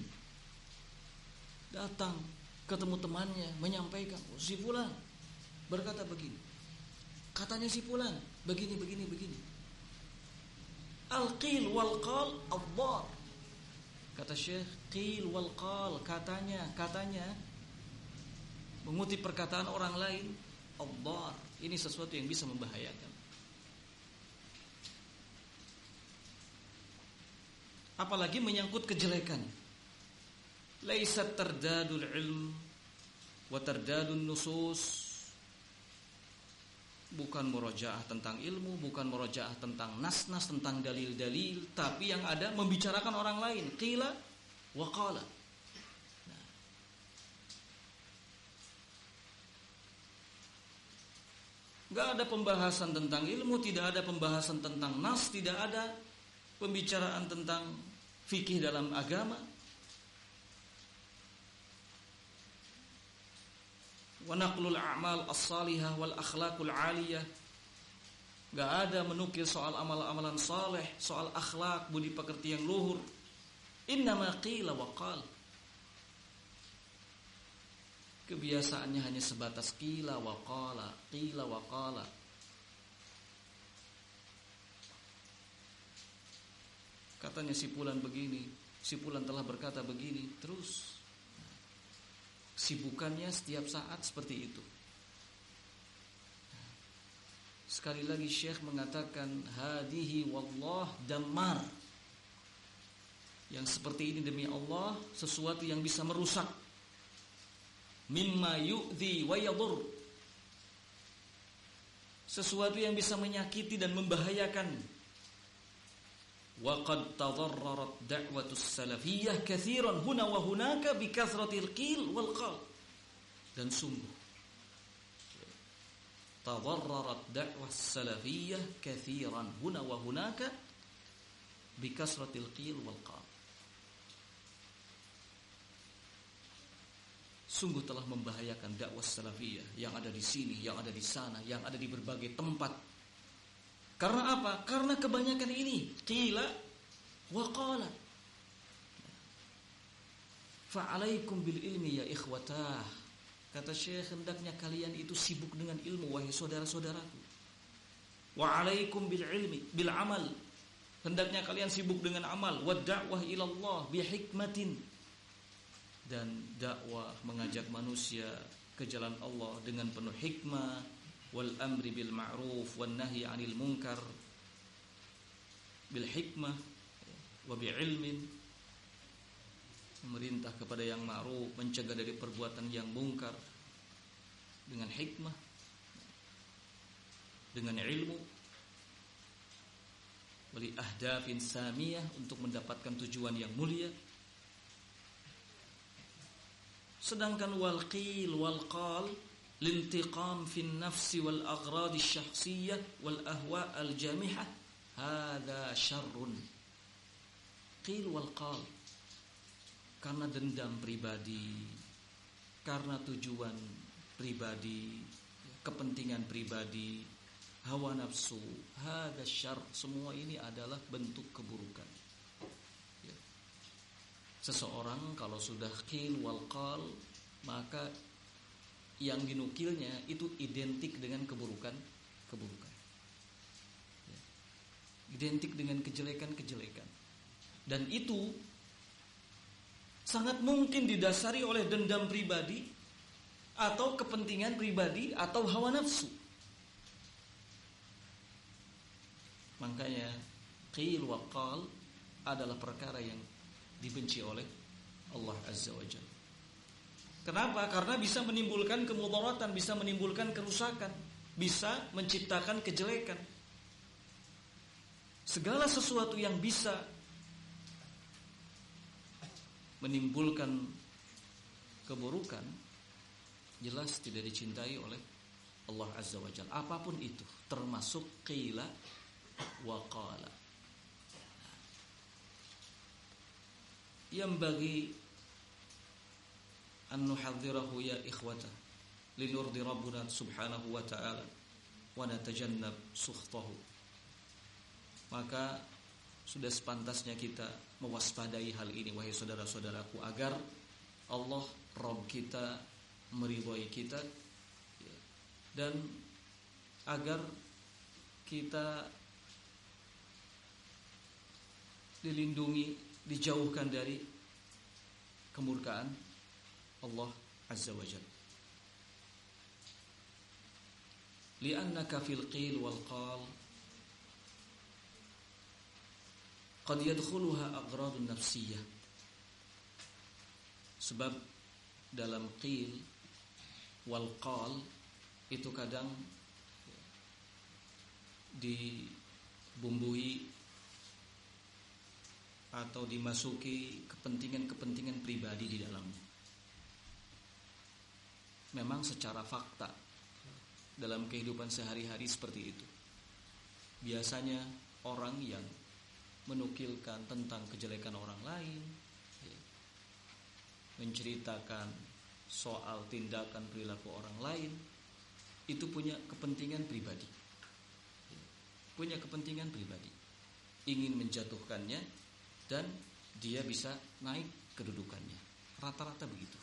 Datang ketemu temannya menyampaikan, oh, si fulan berkata begini, katanya si fulan begini begini begini. Al-qil wal qal ad-dar. Kata Syekh, qil wal qal, katanya katanya mengutip perkataan orang lain, ad-dar. Ini sesuatu yang bisa membahayakan. Apalagi menyangkut kejelekan. Laisat tardadul ilm wa tardadun nusus. Bukan murojaah tentang ilmu, bukan murojaah tentang nas-nas, tentang dalil-dalil, tapi yang ada membicarakan orang lain. Qila wa qala. Nah. Gak ada pembahasan tentang ilmu, tidak ada pembahasan tentang nas, tidak ada pembicaraan tentang fikih dalam agama. Wa naqlul a'mal as-salihah wal akhlaqul 'aliyah. Enggak ada menukil soal amal-amalan saleh, soal akhlak, budi pekerti yang luhur. Innama qila wa qal. Kebiasaannya hanya sebatas qila wa qala, qila wa qala. Katanya si fulan begini, si fulan telah berkata begini, terus sibukannya setiap saat seperti itu. Sekali lagi Syekh mengatakan hadihi wallah damar. Yang seperti ini demi Allah sesuatu yang bisa merusak. Mimma yu'dhi wa yadur. Sesuatu yang bisa menyakiti dan membahayakan. Wa qad tadarrarat da'watus salafiyyah katsiran huna wa hunaka bi kathratil qil wal qal. Dan sungguh tadarrarat da'was salafiyyah katsiran huna wa hunaka bi kasratil qil wal qal. Sungguh telah membahayakan dakwah salafiyah yang ada di sini, yang ada di sana, yang ada di berbagai tempat. Karena apa? Karena kebanyakan ini qila wa qala. Fa'alaikum bil ilmi ya ikhwatah. Kata Syekh, hendaknya kalian itu sibuk dengan ilmu wahai saudara-saudaraku. Wa alaikum bil ilmi bil amal. Hendaknya kalian sibuk dengan amal, wa da'wah ila Allah bi hikmatin. Dan dakwah mengajak manusia ke jalan Allah dengan penuh hikmah, wal amri bil ma'ruf wan nahyi 'anil munkar bil hikmah wa bi ilmin. Memerintah kepada yang ma'ruf, mencegah dari perbuatan yang mungkar dengan hikmah, dengan ilmu, wali ahdafin samiyah, untuk mendapatkan tujuan yang mulia. Sedangkan wal qil wal qal lintiqam fin nafsi wal aghrad asy-syakhsiyyah wal ahwa al jamihah hadza syarrun. Qil wal qal karena dendam pribadi, karena tujuan pribadi, kepentingan pribadi, hawa nafsu, hadza syarr, semua ini adalah bentuk keburukan. Seseorang kalau sudah qil wal qal, maka yang dinukilnya itu identik dengan keburukan, keburukan. Ya. Identik dengan kejelekan-kejelekan. Dan itu sangat mungkin didasari oleh dendam pribadi atau kepentingan pribadi atau hawa nafsu. Makanya qil wal qal adalah perkara yang dibenci oleh Allah Azza wa Jalla. Kenapa? Karena bisa menimbulkan kemudaratan, bisa menimbulkan kerusakan, bisa menciptakan kejelekan. Segala sesuatu yang bisa menimbulkan keburukan jelas tidak dicintai oleh Allah Azza wa Jalla. Apapun itu, termasuk qila wa qala. Yang bagi an nuhadzirahu ya ikhwata linurdi rabbuna subhanahu wa ta'ala wa natajannab sukhtahu. Maka sudah sepantasnya kita mewaspadai hal ini wahai saudara-saudaraku, agar Allah Rabb kita meridhai kita, dan agar kita dilindungi, dijauhkan dari kemurkaan Allah Azza wa Jalla. Li'annaka fil qil wal qal qad yadkhuluha aghradun nafsiyah. Sebab dalam qil wal qal itu kadang dibumbui atau dimasuki kepentingan-kepentingan pribadi di dalamnya. Memang secara fakta dalam kehidupan sehari-hari seperti itu. Biasanya orang yang menukilkan tentang kejelekan orang lain, menceritakan soal tindakan perilaku orang lain, itu punya kepentingan pribadi. Punya kepentingan pribadi. Ingin menjatuhkannya, dan dia bisa naik kedudukannya. Rata-rata begitu.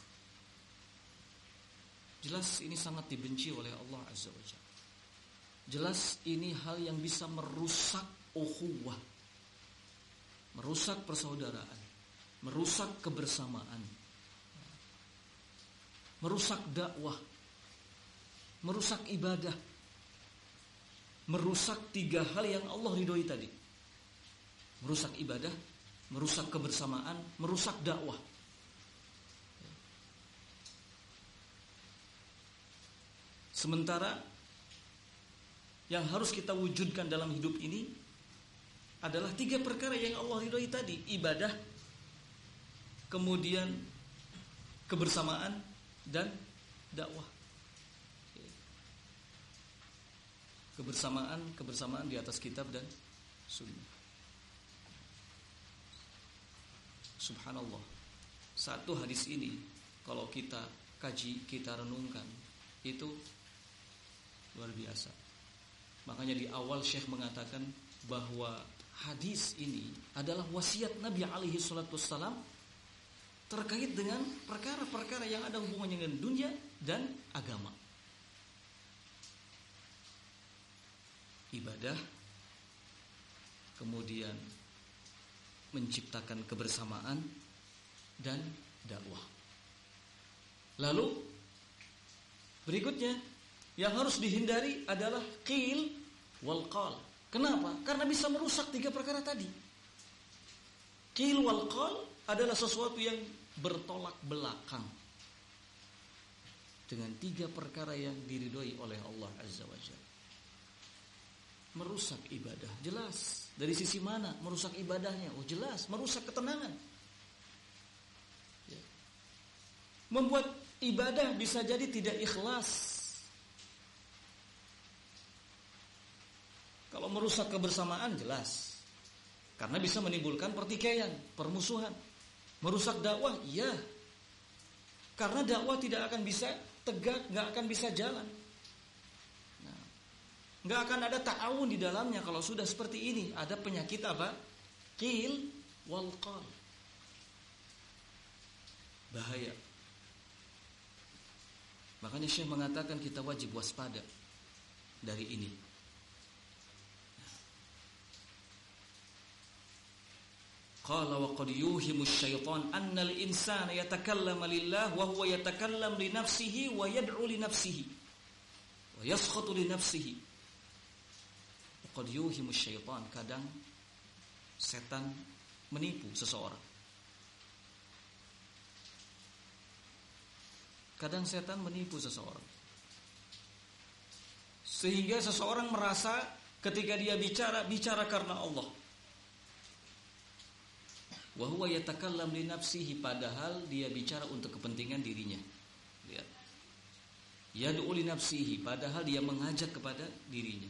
Jelas ini sangat dibenci oleh Allah Azza wa Jalla. Jelas ini hal yang bisa merusak ukhuwah, merusak persaudaraan, merusak kebersamaan, merusak dakwah, merusak ibadah, merusak tiga hal yang Allah ridhoi tadi. Merusak ibadah, merusak kebersamaan, merusak dakwah. Sementara yang harus kita wujudkan dalam hidup ini adalah tiga perkara yang Allah ridhoi tadi: ibadah, kemudian kebersamaan, dan dakwah. Kebersamaan, kebersamaan di atas kitab dan sunnah. Subhanallah. Satu hadis ini kalau kita kaji, kita renungkan, itu luar biasa. Makanya di awal Syekh mengatakan bahwa hadis ini adalah wasiat Nabi alaihi salatu wassalam terkait dengan perkara-perkara yang ada hubungannya dengan dunia dan agama. Ibadah, kemudian menciptakan kebersamaan, dan dakwah. Lalu berikutnya yang harus dihindari adalah qil wal qal. Kenapa? Karena bisa merusak tiga perkara tadi. Qil wal qal adalah sesuatu yang bertolak belakang dengan tiga perkara yang diridhoi oleh Allah Azza wa Jalla. Merusak ibadah, jelas. Dari sisi mana merusak ibadahnya? Oh jelas, merusak ketenangan. Ya. Membuat ibadah bisa jadi tidak ikhlas. Kalau merusak kebersamaan jelas, karena bisa menimbulkan pertikaian, permusuhan. Merusak dakwah, iya, karena dakwah tidak akan bisa tegak, nggak akan bisa jalan. Nah, nggak akan ada ta'awun di dalamnya kalau sudah seperti ini. Ada penyakit apa? Qil wal qal. Bahaya. Makanya Syekh mengatakan kita wajib waspada dari ini. Qala wa qad yuhimu asy-syaitan anna al-insana yatakallamu lillah wa huwa yatakallam li nafsihi wa yad'u li nafsihi wa yaskhatu li nafsihi. Qad yuhimu asy-syaitan, kadang setan menipu seseorang. Kadang setan menipu seseorang. Sehingga seseorang merasa ketika dia bicara, bicara karena Allah. Wa huwa yatakallam li nafsihi, padahal dia bicara untuk kepentingan dirinya. Lihat. Yad'u li nafsihi, padahal dia mengajak kepada dirinya.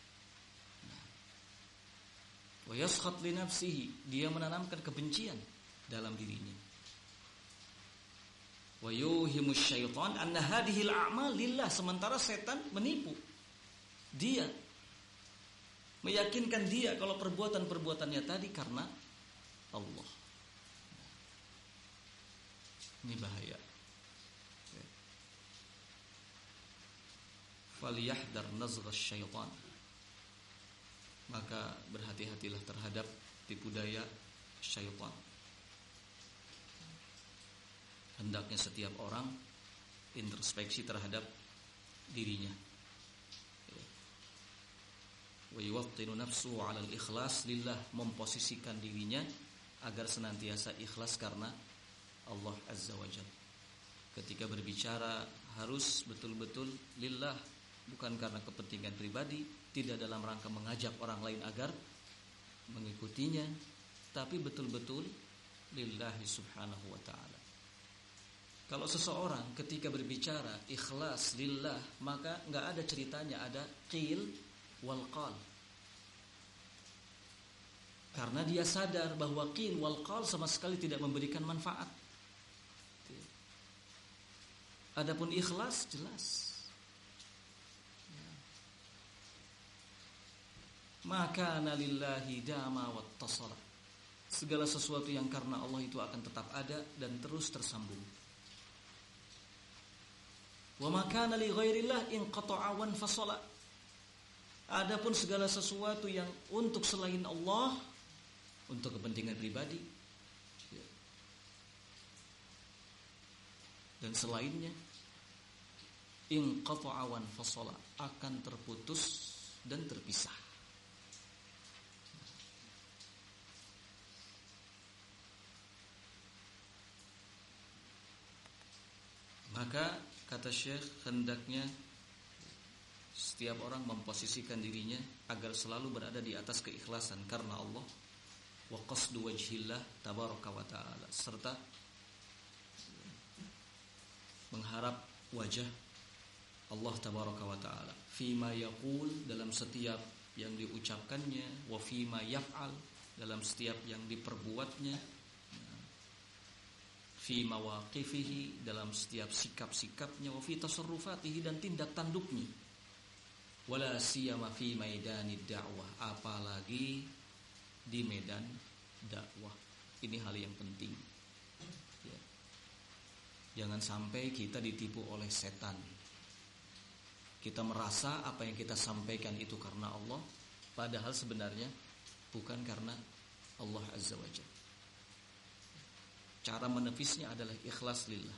Wa yaskhat li nafsihi, dia menanamkan kebencian dalam dirinya. Wa yuhimu syaitan anna hadhihi al-a'mal lillah, sementara setan menipu. Dia meyakinkan dia kalau perbuatan-perbuatannya tadi karena Allah. Ini bahaya. Falyahdar nazghas syaitan. Maka berhati-hatilah terhadap tipu daya syaitan. Hendaknya setiap orang introspeksi terhadap dirinya. Wa yuwattinu nafsuhu 'ala al-ikhlas lillah, memposisikan dirinya agar senantiasa ikhlas karena Allah Azza wa Jalla. Ketika berbicara harus betul-betul lillah, bukan karena kepentingan pribadi, tidak dalam rangka mengajak orang lain agar mengikutinya, tapi betul-betul lillahi subhanahu wa ta'ala. Kalau seseorang ketika berbicara ikhlas lillah, maka enggak ada ceritanya ada qil wal qal. Karena dia sadar bahwa qil wal qal sama sekali tidak memberikan manfaat. Adapun ikhlas jelas. Maka lillahi dama wattasala. Segala sesuatu yang karena Allah itu akan tetap ada dan terus tersambung. Wa ma kana li ghairillah inqata'a wan fasala. Adapun segala sesuatu yang untuk selain Allah, untuk kepentingan pribadi, ya, dan selainnya, inqata'a wan fasala, akan terputus dan terpisah. Maka kata Syekh, hendaknya setiap orang memposisikan dirinya agar selalu berada di atas keikhlasan karena Allah, wa qasdu wajhillah tabaraka wa ta'ala, serta mengharap wajah Allah tabaraka wa ta'ala fima yaqul, dalam setiap yang diucapkannya, wa fima yaf'al, dalam setiap yang diperbuatnya, fi mawaqifihi, dalam setiap sikap-sikapnya, wa fi tasarrufatihi, dan tindak tanduknya, wala siyama fi maidanid da'wah, apalagi di medan dakwah. Ini hal yang penting, ya. Jangan sampai kita ditipu oleh setan. Kita merasa apa yang kita sampaikan itu karena Allah, padahal sebenarnya bukan karena Allah Azza wa Jalla. Cara menepisnya adalah ikhlas lillah.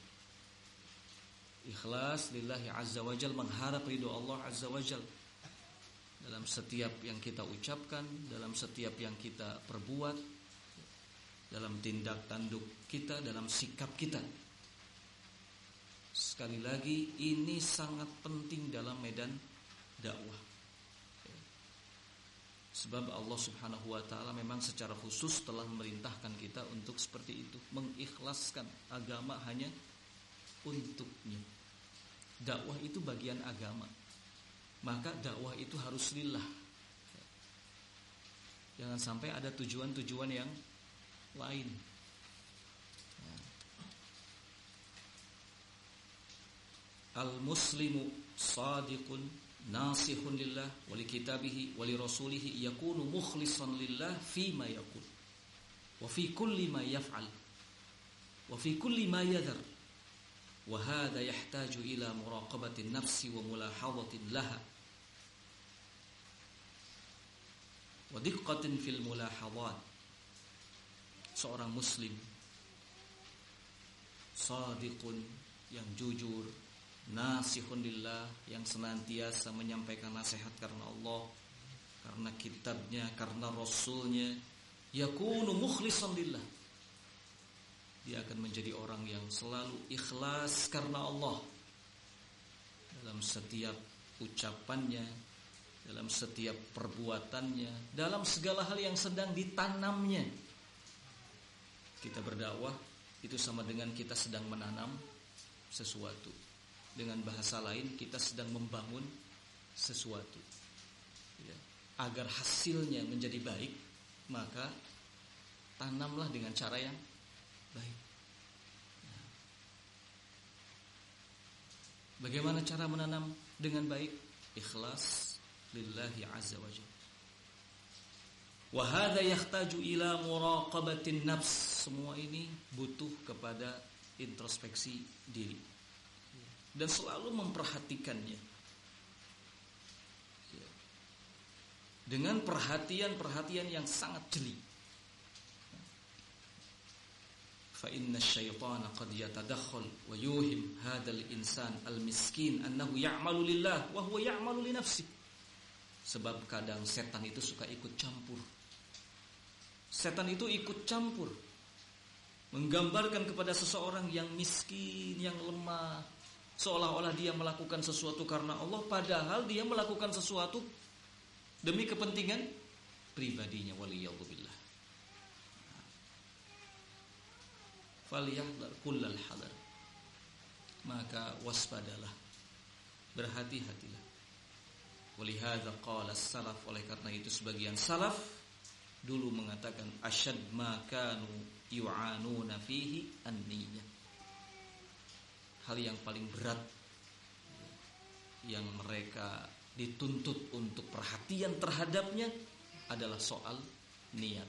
Ikhlas lillahi Azza wa Jalla, mengharap ridho Allah Azza wa Jalla dalam setiap yang kita ucapkan, dalam setiap yang kita perbuat, dalam tindak tanduk kita, dalam sikap kita. Sekali lagi, ini sangat penting dalam medan dakwah. Sebab Allah Subhanahu wa ta'ala memang secara khusus telah memerintahkan kita untuk seperti itu, mengikhlaskan agama hanya untuknya. Dakwah itu bagian agama, maka dakwah itu harus lillah. Jangan sampai ada tujuan-tujuan yang lain. Al-muslimu sadiqun nasihun lillah wa li kitabihi wa li rasulihi yakunu mukhlishan lillah fi ma yaqul wa fi kulli ma yaf'al wa fi kulli ma yadhar, wa hadha yahtaju ila muraqabati an-nafsi wa mulahadhatin laha wa diqqatin fil mulahadhat. Seorang muslim sadiqun, yang jujur, nasihun lillah, yang senantiasa menyampaikan nasihat karena Allah, karena kitabnya, karena rasulnya, yakunu mukhlishan lillah, dia akan menjadi orang yang selalu ikhlas karena Allah dalam setiap ucapannya, dalam setiap perbuatannya, dalam segala hal yang sedang ditanamnya. Kita berdakwah itu sama dengan kita sedang menanam sesuatu. Dengan bahasa lain, kita sedang membangun sesuatu, ya. Agar hasilnya menjadi baik, maka tanamlah dengan cara yang baik. Nah, bagaimana cara menanam dengan baik? Ikhlas lillahi azza wa jalla. Wa hadza yahtaju ila muraqabatin nafs. Semua ini butuh kepada introspeksi diri dan selalu memperhatikannya, dengan perhatian-perhatian yang sangat jeli. Fa inna syaitana qad yatadakhal wa yuhim hadzal insan al-miskin annahu ya'malu lillah wa huwa ya'malu li nafsi. Sebab kadang setan itu suka ikut campur. Setan itu ikut campur, menggambarkan kepada seseorang yang miskin, yang lemah, seolah-olah dia melakukan sesuatu karena Allah, padahal dia melakukan sesuatu demi kepentingan pribadinya. Waliyadzubillah. Falyahdhar kullal hadar. Maka waspadalah, berhati-hatilah. Walihadza qala as-salaf, oleh karena itu sebagian salaf dulu mengatakan asyad ma kanu yu'anuna fihi an-niyyah. Hal yang paling berat yang mereka dituntut untuk perhatian terhadapnya adalah soal niat.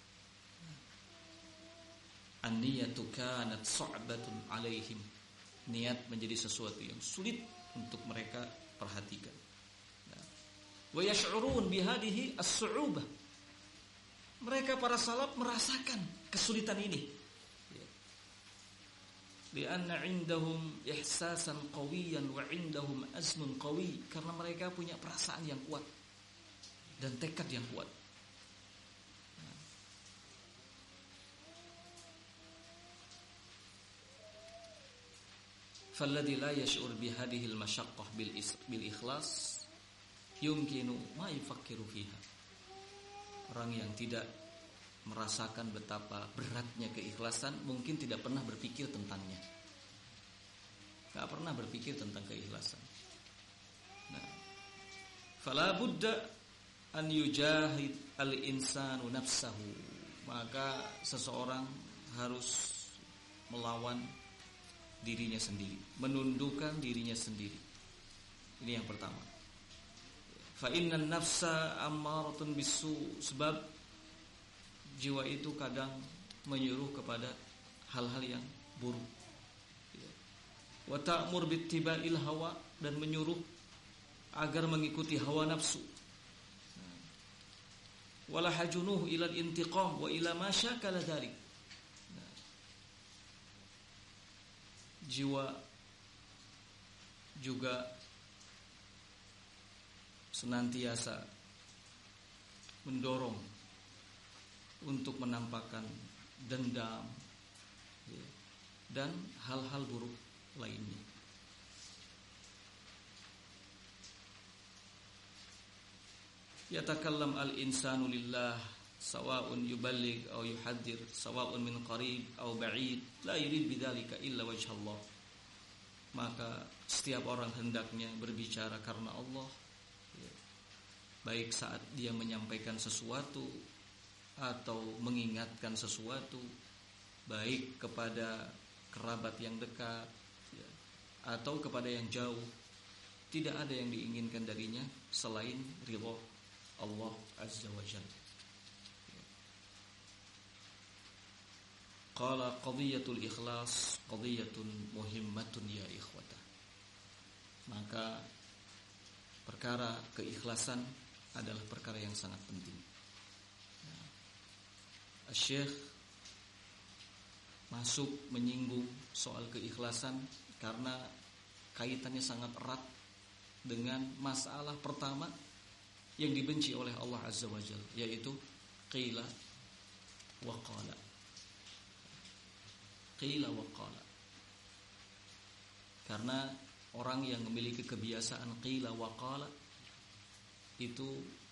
An-niyatu kanat su'batun alaihim. Niat menjadi sesuatu yang sulit untuk mereka perhatikan. Wa yash'urun bihadhihi as-su'ubah. Mereka para salaf merasakan kesulitan ini. Lianna indahum ihsasan qawiyan wa indahum azmun qawi, karena mereka punya perasaan yang kuat dan tekad yang kuat. Falladhi la yash'ur bihadhihi al-mashaqqah bil ikhlas yumkinu ma yufakkiru fiha. Orang yang tidak merasakan betapa beratnya keikhlasan mungkin tidak pernah berpikir tentangnya. Tidak pernah berpikir tentang keikhlasan. Nah, fala budda an yujahid al-insanu nafsahu. Maka seseorang harus melawan dirinya sendiri, menundukkan dirinya sendiri. Ini yang pertama. Fa innan nafsa ammaratun bisu, sebab jiwa itu kadang menyuruh kepada hal-hal yang buruk. Wa ta'mur bittiba'il hawa, dan menyuruh agar mengikuti hawa nafsu. Wala hajunuhu ila al-intiqam wa ila ma syakala dzalik. Jiwa juga senantiasa mendorong untuk menampakkan dendam dan hal-hal buruk lainnya. Yatakallam al-insanu lillah sawa'un yuballigh aw yuhaddir, sawa'un min qarib aw ba'id, la yurid bidzalika illa wajha Allah. Maka setiap orang hendaknya berbicara karena Allah, ya, baik saat dia menyampaikan sesuatu atau mengingatkan sesuatu, baik kepada kerabat yang dekat, ya, atau kepada yang jauh. Tidak ada yang diinginkan darinya selain ridha Allah Azza wa Jalla. Qala qadiyatul ikhlas qadiyatun muhimmatun ya ikhwata. Maka perkara keikhlasan adalah perkara yang sangat penting. Syekh masuk menyinggung soal keikhlasan karena kaitannya sangat erat dengan masalah pertama yang dibenci oleh Allah Azza wa Jalla, yaitu qila wa qala. Qila wa qala. Karena orang yang memiliki kebiasaan qila wa qala itu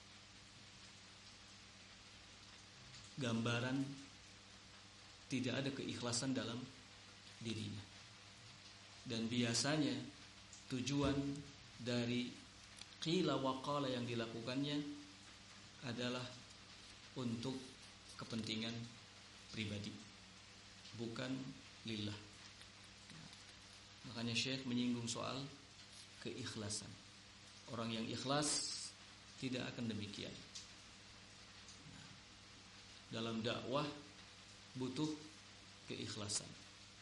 gambaran tidak ada keikhlasan dalam dirinya. Dan biasanya tujuan dari qila wa qala yang dilakukannya adalah untuk kepentingan pribadi, bukan lillah. Makanya Syekh menyinggung soal keikhlasan. Orang yang ikhlas tidak akan demikian. Dalam dakwah butuh keikhlasan.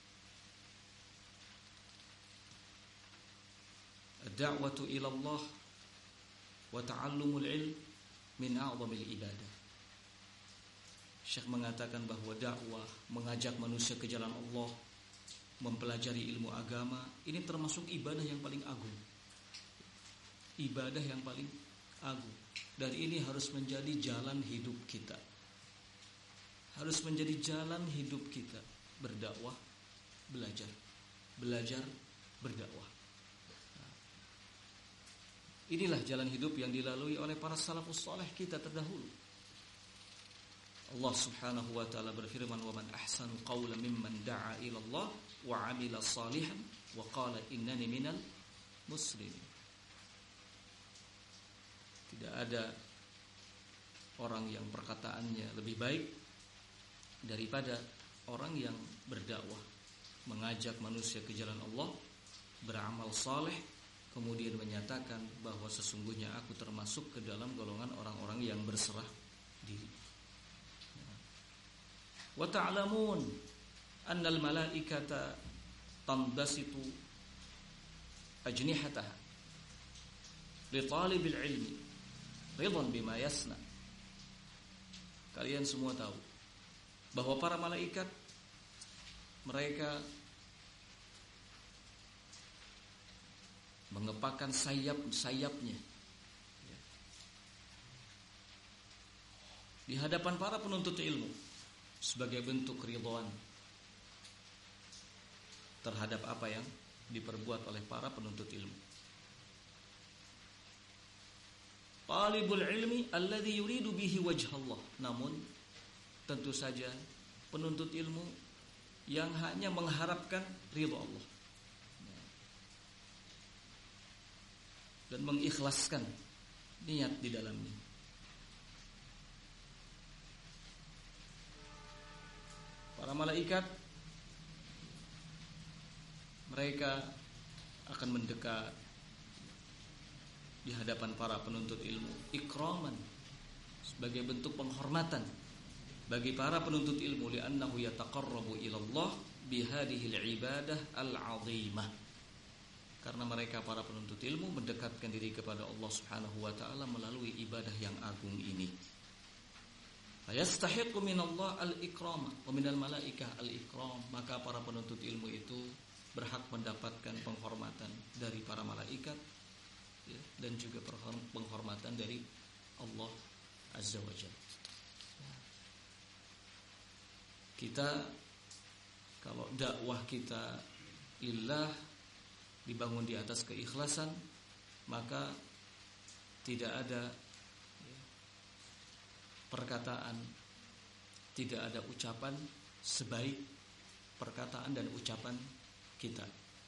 Ad-da'watu ila Allah wa ta'allumul ilm min a'zamil ibadah. Syekh mengatakan bahwa dakwah, mengajak manusia ke jalan Allah, mempelajari ilmu agama, ini termasuk ibadah yang paling agung. Ibadah yang paling agung. Dan ini harus menjadi jalan hidup kita. Harus menjadi jalan hidup kita. Berdakwah, belajar. Belajar, berdakwah. Nah, inilah jalan hidup yang dilalui oleh para salafus saleh kita terdahulu. Allah Subhanahu wa taala berfirman, "Wa man ahsanu qawlan mimman da'a ila Allah wa 'amila salihan wa qala innani minal muslimin." Tidak ada orang yang perkataannya lebih baik daripada orang yang berdakwah, mengajak manusia ke jalan Allah, beramal saleh, kemudian menyatakan bahwa sesungguhnya aku termasuk ke dalam golongan orang-orang yang berserah diri. Wa ta'lamun annal malaikata tanbasitu ajnihataha li talibil ilmi ridan bima yasna. Kalian semua tahu bahwa para malaikat mereka mengepakkan sayap-sayapnya di hadapan para penuntut ilmu sebagai bentuk keridhaan terhadap apa yang diperbuat oleh para penuntut ilmu. Talibul ilmi alladhi yuridu bihi wajhallah. Namun tentu saja penuntut ilmu yang hanya mengharapkan ridha Allah dan mengikhlaskan niat di dalamnya. Para malaikat mereka akan mendekat di hadapan para penuntut ilmu ikraman, sebagai bentuk penghormatan bagi para penuntut ilmu, li'annahu yataqarrabu ila Allah bihadhihi al-ibadah al-'azimah. Karena mereka para penuntut ilmu mendekatkan diri kepada Allah Subhanahu wa taala melalui ibadah yang agung ini. Fayastahiqu minallah al-ikram wa minal malaikah al-ikram. Maka para penuntut ilmu itu berhak mendapatkan penghormatan dari para malaikat, ya, dan juga penghormatan dari Allah Azza wa Jalla. Kita kalau dakwah kita lillah dibangun di atas keikhlasan, maka tidak ada ya, perkataan, tidak ada ucapan sebaik perkataan dan ucapan kita.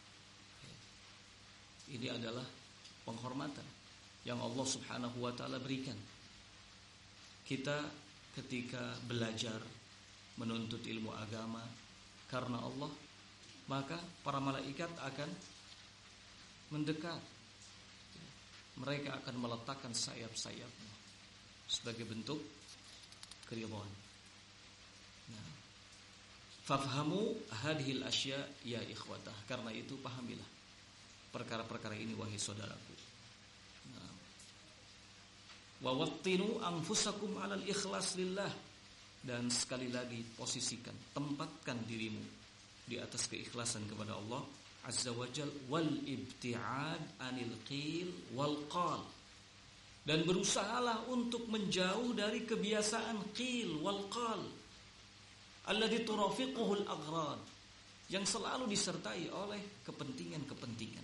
Ini adalah penghormatan yang Allah Subhanahu wa taala berikan. Kita ketika belajar menuntut ilmu agama karena Allah, maka para malaikat akan mendekat. Mereka akan meletakkan sayap-sayapnya sebagai bentuk keridhaan. Nah, fafhamu hadhil asya ya ikhwatah. Karena itu pahamilah perkara-perkara ini wahai saudaraku. Nah, wa wattinu anfusakum 'alal ikhlas lillah. Dan sekali lagi posisikan, tempatkan dirimu di atas keikhlasan kepada Allah Azza wa Jal, wal ibti'ad anil qil wal qal. Dan berusahalah untuk menjauh dari kebiasaan qil wal qal alladhi turafiquhu al-aghrad, yang selalu disertai oleh kepentingan-kepentingan.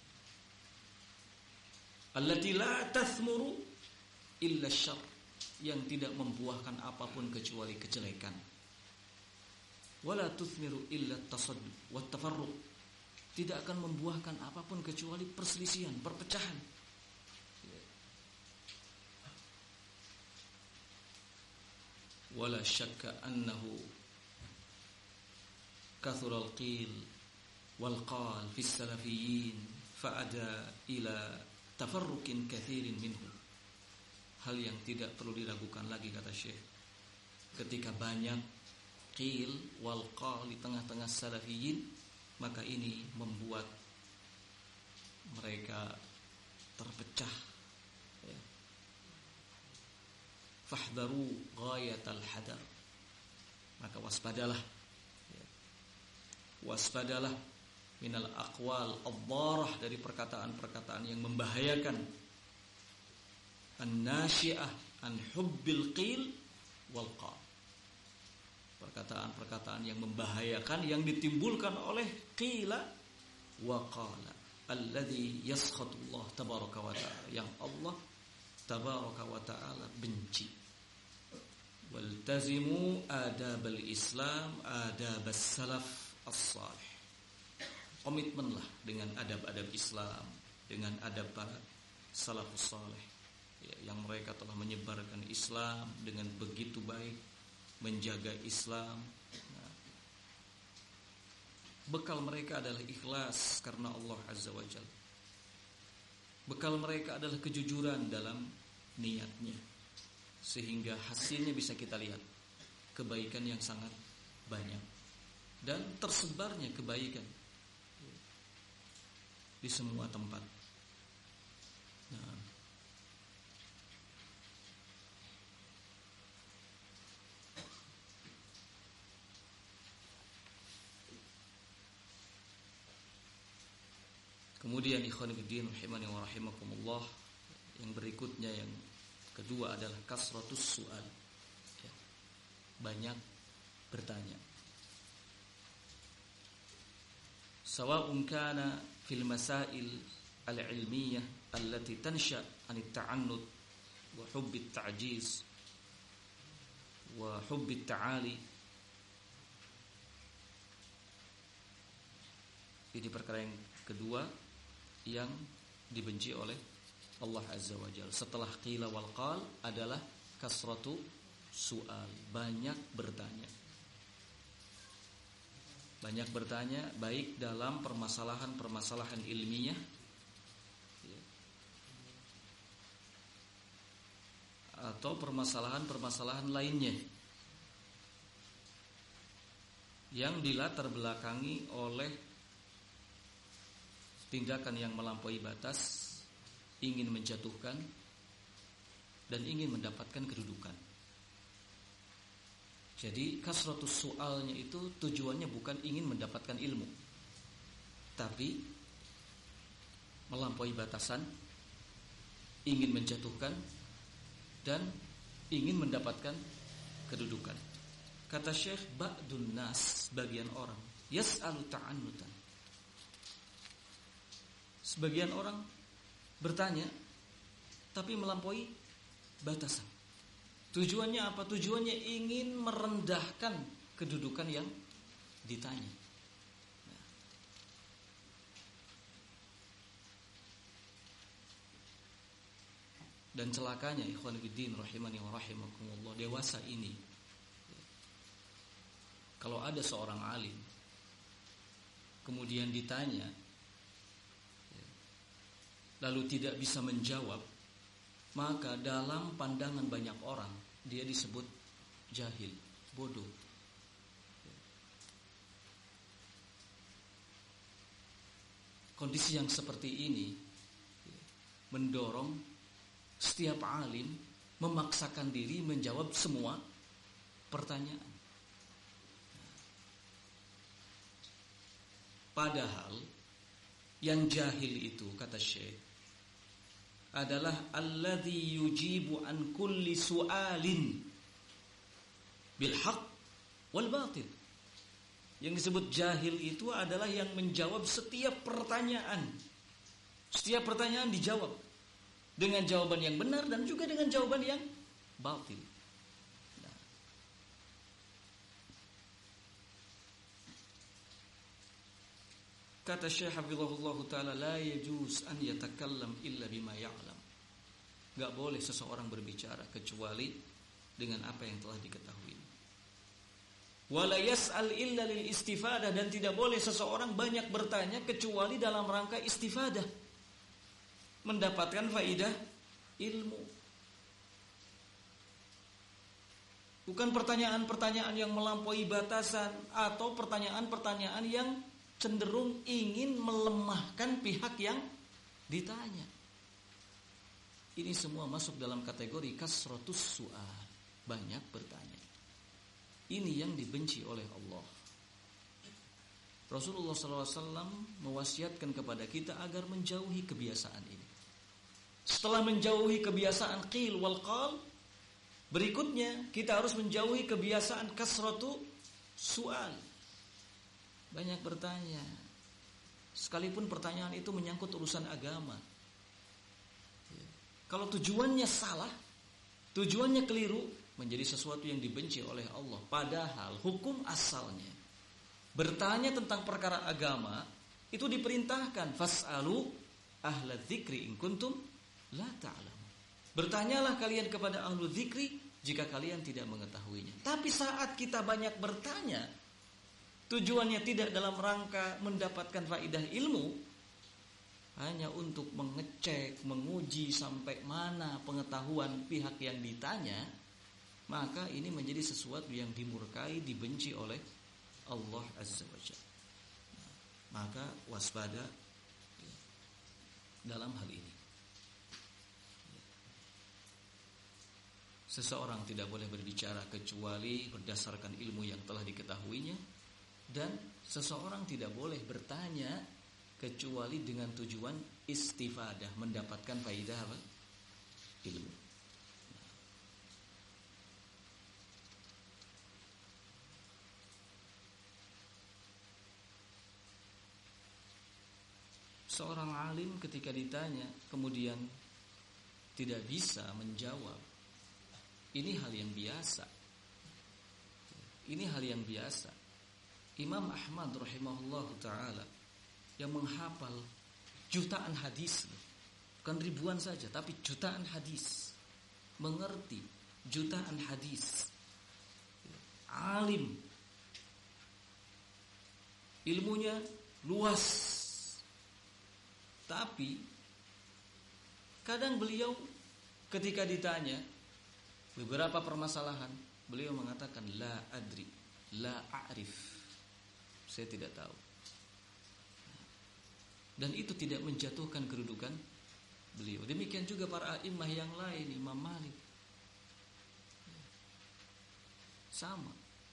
Allati la tathmuru illa syarr, yang tidak membuahkan apapun kecuali kejelekan. Wala tuthmiru illa tasadduq wa tafarruq, tidak akan membuahkan apapun kecuali perselisihan, perpecahan. Wala syakka annahu kathura al-qil wal qal fi as-salafiyyin fa'ada ila tafarruqin kathirin minhum. Hal yang tidak perlu diragukan lagi, kata Syekh, ketika banyak qil wal qal di tengah-tengah salafiyin, maka ini membuat mereka terpecah. Ya. Fahdharu ghayatal hadar, maka waspadalah, ya. Waspadalah minal aqwal ad-dharah, dari perkataan-perkataan yang membahayakan, an-nasyi'ah an hubbil qil wal qal, perkataan-perkataan yang membahayakan yang ditimbulkan oleh qila wa qala alladhi yaskhatullah tabaraka wa ta'ala, yang Allah tabaraka wa ta'ala benci. Waltazimu adabal islam adabas salaf as-salih, komitmenlah dengan adab-adab Islam, dengan adab para salafus salih, yang mereka telah menyebarkan Islam dengan begitu baik, menjaga Islam. Nah, bekal mereka adalah ikhlas karena Allah Azza wa Jalla. Bekal mereka adalah kejujuran dalam niatnya, sehingga hasilnya bisa kita lihat, kebaikan yang sangat banyak dan tersebarnya kebaikan di semua tempat. Nah, Kemudian ikhwan fillah rahimani wa rahimakumullah, yang berikutnya yang kedua adalah kasratus su'al, ya, banyak bertanya. Sawa'un kana fil masail al-ilmiyah allati tansha' an at-ta'annud wa hubb at-ta'jiz wa hubb at-ta'ali. Ini perkara yang kedua yang dibenci oleh Allah Azza wa Jalla setelah qila wal qal adalah kasratu su'al, banyak bertanya. Banyak bertanya baik dalam permasalahan-permasalahan ilmiah, ya, atau permasalahan-permasalahan lainnya yang dilatar belakangi oleh tindakan yang melampaui batas, ingin menjatuhkan dan ingin mendapatkan kedudukan. Jadi kasratus soalnya itu tujuannya bukan ingin mendapatkan ilmu, tapi melampaui batasan, ingin menjatuhkan dan ingin mendapatkan kedudukan. Kata Syekh, ba'dun nas, sebagian orang, yas'alu ta'annutan, sebagian orang bertanya tapi melampaui batasan. Tujuannya apa? Tujuannya ingin merendahkan kedudukan yang ditanya. Nah. Dan celakanya ikhwan fillah rahimani wa rahimakumullah, dewasa ini, kalau ada seorang alim kemudian ditanya lalu tidak bisa menjawab, maka dalam pandangan banyak orang dia disebut jahil, bodoh. Kondisi yang seperti ini mendorong setiap alim memaksakan diri menjawab semua pertanyaan. Padahal yang jahil itu, kata Syekh, adalah alladzi yujibu an kulli su'alin bil haqq wal batil. Yang disebut jahil itu adalah yang menjawab setiap pertanyaan. Setiap pertanyaan dijawab dengan jawaban yang benar dan juga dengan jawaban yang batil. Nah. Kata Syekh hafizahullah ta'ala, la yajuz an yatakallam illa bima ya'lam. Gak boleh seseorang berbicara kecuali dengan apa yang telah diketahui. Wala yas'al illa lil istifadah, dan tidak boleh seseorang banyak bertanya kecuali dalam rangka istifadah, mendapatkan faidah ilmu. Bukan pertanyaan-pertanyaan yang melampaui batasan atau pertanyaan-pertanyaan yang cenderung ingin melemahkan pihak yang ditanya. Ini semua masuk dalam kategori kasratus su'al, banyak bertanya. Ini yang dibenci oleh Allah. Rasulullah shallallahu alaihi wasallam mewasiatkan kepada kita agar menjauhi kebiasaan ini. Setelah menjauhi kebiasaan qil wal qal, berikutnya kita harus menjauhi kebiasaan kasratu su'al, banyak bertanya, sekalipun pertanyaan itu menyangkut urusan agama. Kalau tujuannya salah, tujuannya keliru, menjadi sesuatu yang dibenci oleh Allah. Padahal hukum asalnya bertanya tentang perkara agama itu diperintahkan, fas'alu ahla dzikri in kuntum la ta'lamun. Bertanyalah kalian kepada ahlu dzikri jika kalian tidak mengetahuinya. Tapi saat kita banyak bertanya, tujuannya tidak dalam rangka mendapatkan faedah ilmu, hanya untuk mengecek, menguji sampai mana pengetahuan pihak yang ditanya, maka ini menjadi sesuatu yang dimurkai, dibenci oleh Allah Azza wa Jalla. Maka waspada dalam hal ini. Seseorang tidak boleh berbicara kecuali berdasarkan ilmu yang telah diketahuinya, dan seseorang tidak boleh bertanya kecuali dengan tujuan istifadah, mendapatkan faidah apa? Ilmu. Seorang alim ketika ditanya kemudian tidak bisa menjawab, ini hal yang biasa. Ini hal yang biasa. Imam Ahmad rahimahullah ta'ala yang menghafal jutaan hadis, bukan ribuan saja, tapi jutaan hadis, mengerti jutaan hadis, alim, ilmunya luas, tapi kadang beliau ketika ditanya beberapa permasalahan, beliau mengatakan la adri, la a'rif, saya tidak tahu. Dan itu tidak menjatuhkan kedudukan beliau. Demikian juga para a'immah yang lain, Imam Malik sama.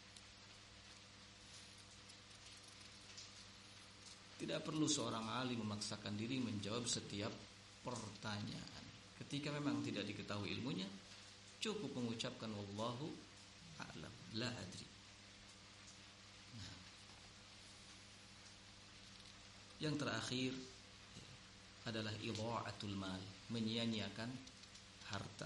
Tidak perlu seorang alim memaksakan diri menjawab setiap pertanyaan. Ketika memang tidak diketahui ilmunya, cukup mengucapkan wallahu a'lam, la adri. Nah. Yang terakhir adalah idha'atul mal, menyia-nyiakan harta.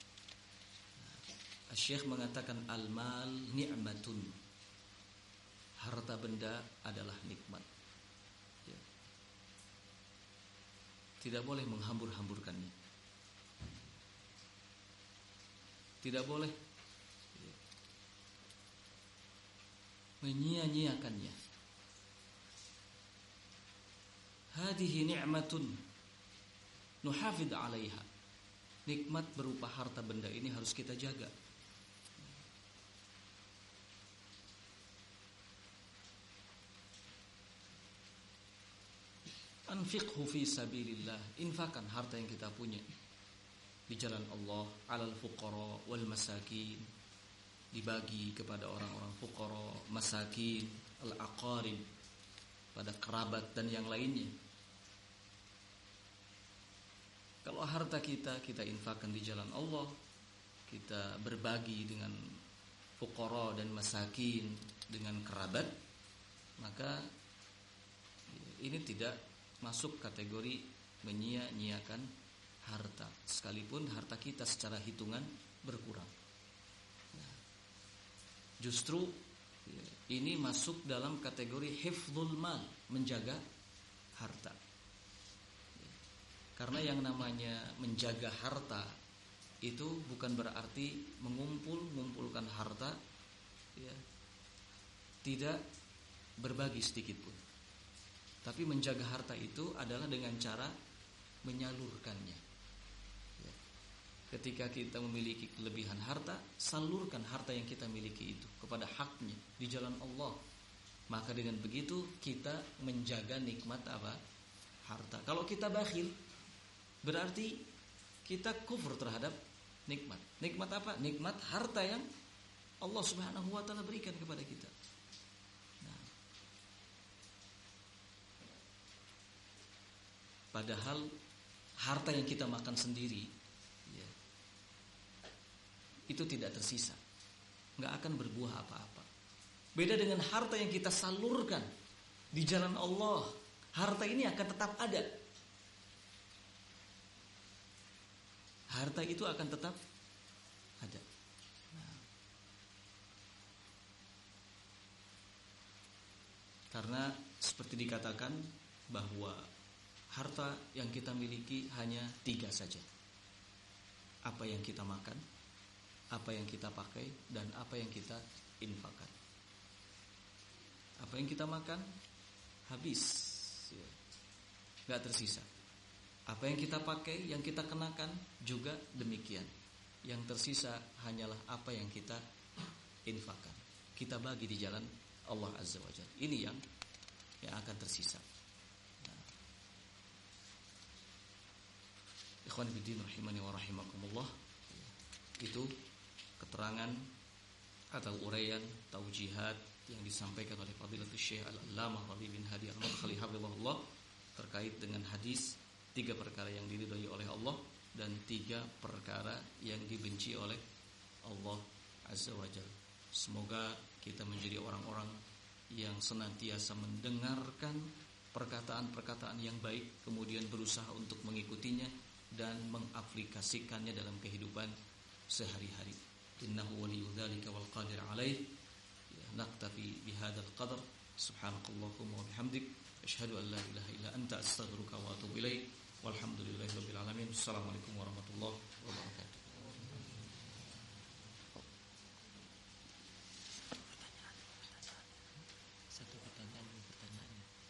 Nah, Syekh mengatakan al-mal ni'matun. Harta benda adalah nikmat. Ya. Tidak boleh menghambur-hamburkannya. Tidak boleh ya, menyia-nyiakannya. Hadihi ni'matun nuhafid 'alaiha. Nikmat berupa harta benda ini harus kita jaga. Anfiqhu fi sabilillah. Infakkan harta yang kita punya di jalan Allah, 'alal fuqara wal masakin. Dibagi kepada orang-orang fuqara, masakin, al-aqarib, pada kerabat dan yang lainnya. Kalau harta kita kita infakkan di jalan Allah, kita berbagi dengan fuqara dan masakin, dengan kerabat, maka ini tidak masuk kategori menyia-nyiakan harta, sekalipun harta kita secara hitungan berkurang. Nah, justru ini masuk dalam kategori hifdzul mal, menjaga harta. Karena yang namanya menjaga harta itu bukan berarti mengumpul-mengumpulkan harta ya, tidak berbagi sedikit pun. Tapi menjaga harta itu adalah dengan cara menyalurkannya ya. Ketika kita memiliki kelebihan harta, salurkan harta yang kita miliki itu kepada haknya di jalan Allah. Maka dengan begitu kita menjaga nikmat apa? Harta. Kalau kita bakhil, berarti kita kufur terhadap nikmat. Nikmat apa? Nikmat harta yang Allah Subhanahu wa taala berikan kepada kita. Nah, padahal harta yang kita makan sendiri ya, itu tidak tersisa, nggak akan berbuah apa-apa. Beda dengan harta yang kita salurkan di jalan Allah, harta ini akan tetap ada. Harta itu akan tetap ada. Nah, karena seperti dikatakan bahwa harta yang kita miliki hanya tiga saja. Apa yang kita makan, apa yang kita pakai, dan apa yang kita infakkan. Apa yang kita makan habis, ya, gak tersisa. Apa yang kita pakai, yang kita kenakan juga demikian. Yang tersisa hanyalah apa yang kita infakkan, kita bagi di jalan Allah Azza wa Jalla. Ini yang yang akan tersisa. Nah. Ikhwan fillah rahimani wa rahimakumullah. Itu keterangan atau uraian taujihat yang disampaikan oleh Fadilatul Syekh Al-Allamah Rabi bin Hadi Al-Madkhali hafizahullah terkait dengan hadis tiga perkara yang diridhai oleh Allah dan tiga perkara yang dibenci oleh Allah Azza wa Jalla. Semoga kita menjadi orang-orang yang senantiasa mendengarkan perkataan-perkataan yang baik, kemudian berusaha untuk mengikutinya dan mengaplikasikannya dalam kehidupan sehari-hari. Innahu waliyyu dzalika wal qadir alaih. Naktafi bihadzal qadar. Subhanakallahumma wa bihamdik asyhadu an la ilaha illa anta astaghfiruka wa atubu ilaik. Walhamdulillahirabbil alamin. Assalamualaikum warahmatullahi wabarakatuh. Satu pertanyaan, dua pertanyaan.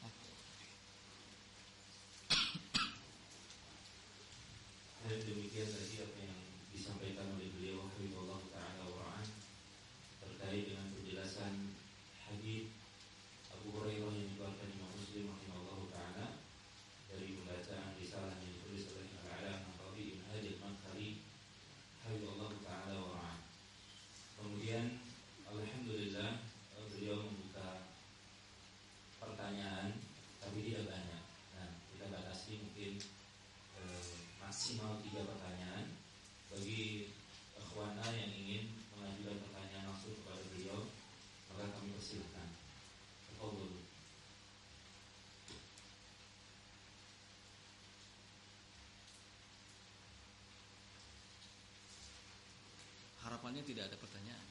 Dan demikian tadi apa yang disampaikan oleh beliau Hafizahullah Ta'ala wara'an terkait dengan penjelasan hadis Abu Hurairah yang dikeluarkan Imam Muslim rahimahullah ta'ala dari pembacaan risalah yang ditulis oleh Al-Alam Al-Qadhi Ibn Hajar Al-Madkhali Hafizahullah Ta'ala wara'an. Kemudian alhamdulillah beliau membuka pertanyaan, tapi tidak banyak. Nah, kita batasi mungkin eh, maksimal tiga pertanyaan. Bagi ikhwana yang ingin mengajukan pertanyaan langsung kepada beliau, maka kami persilahkan. Tafadhol. Harapannya tidak ada pertanyaan.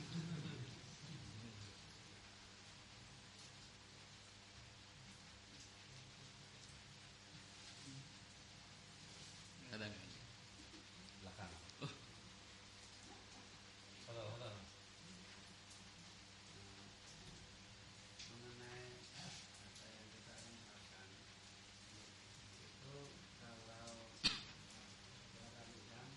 Ada nggak? Belakang. Oh. Halo, halo. Mengenai apa yang kita rencanakan itu kalau berapa jam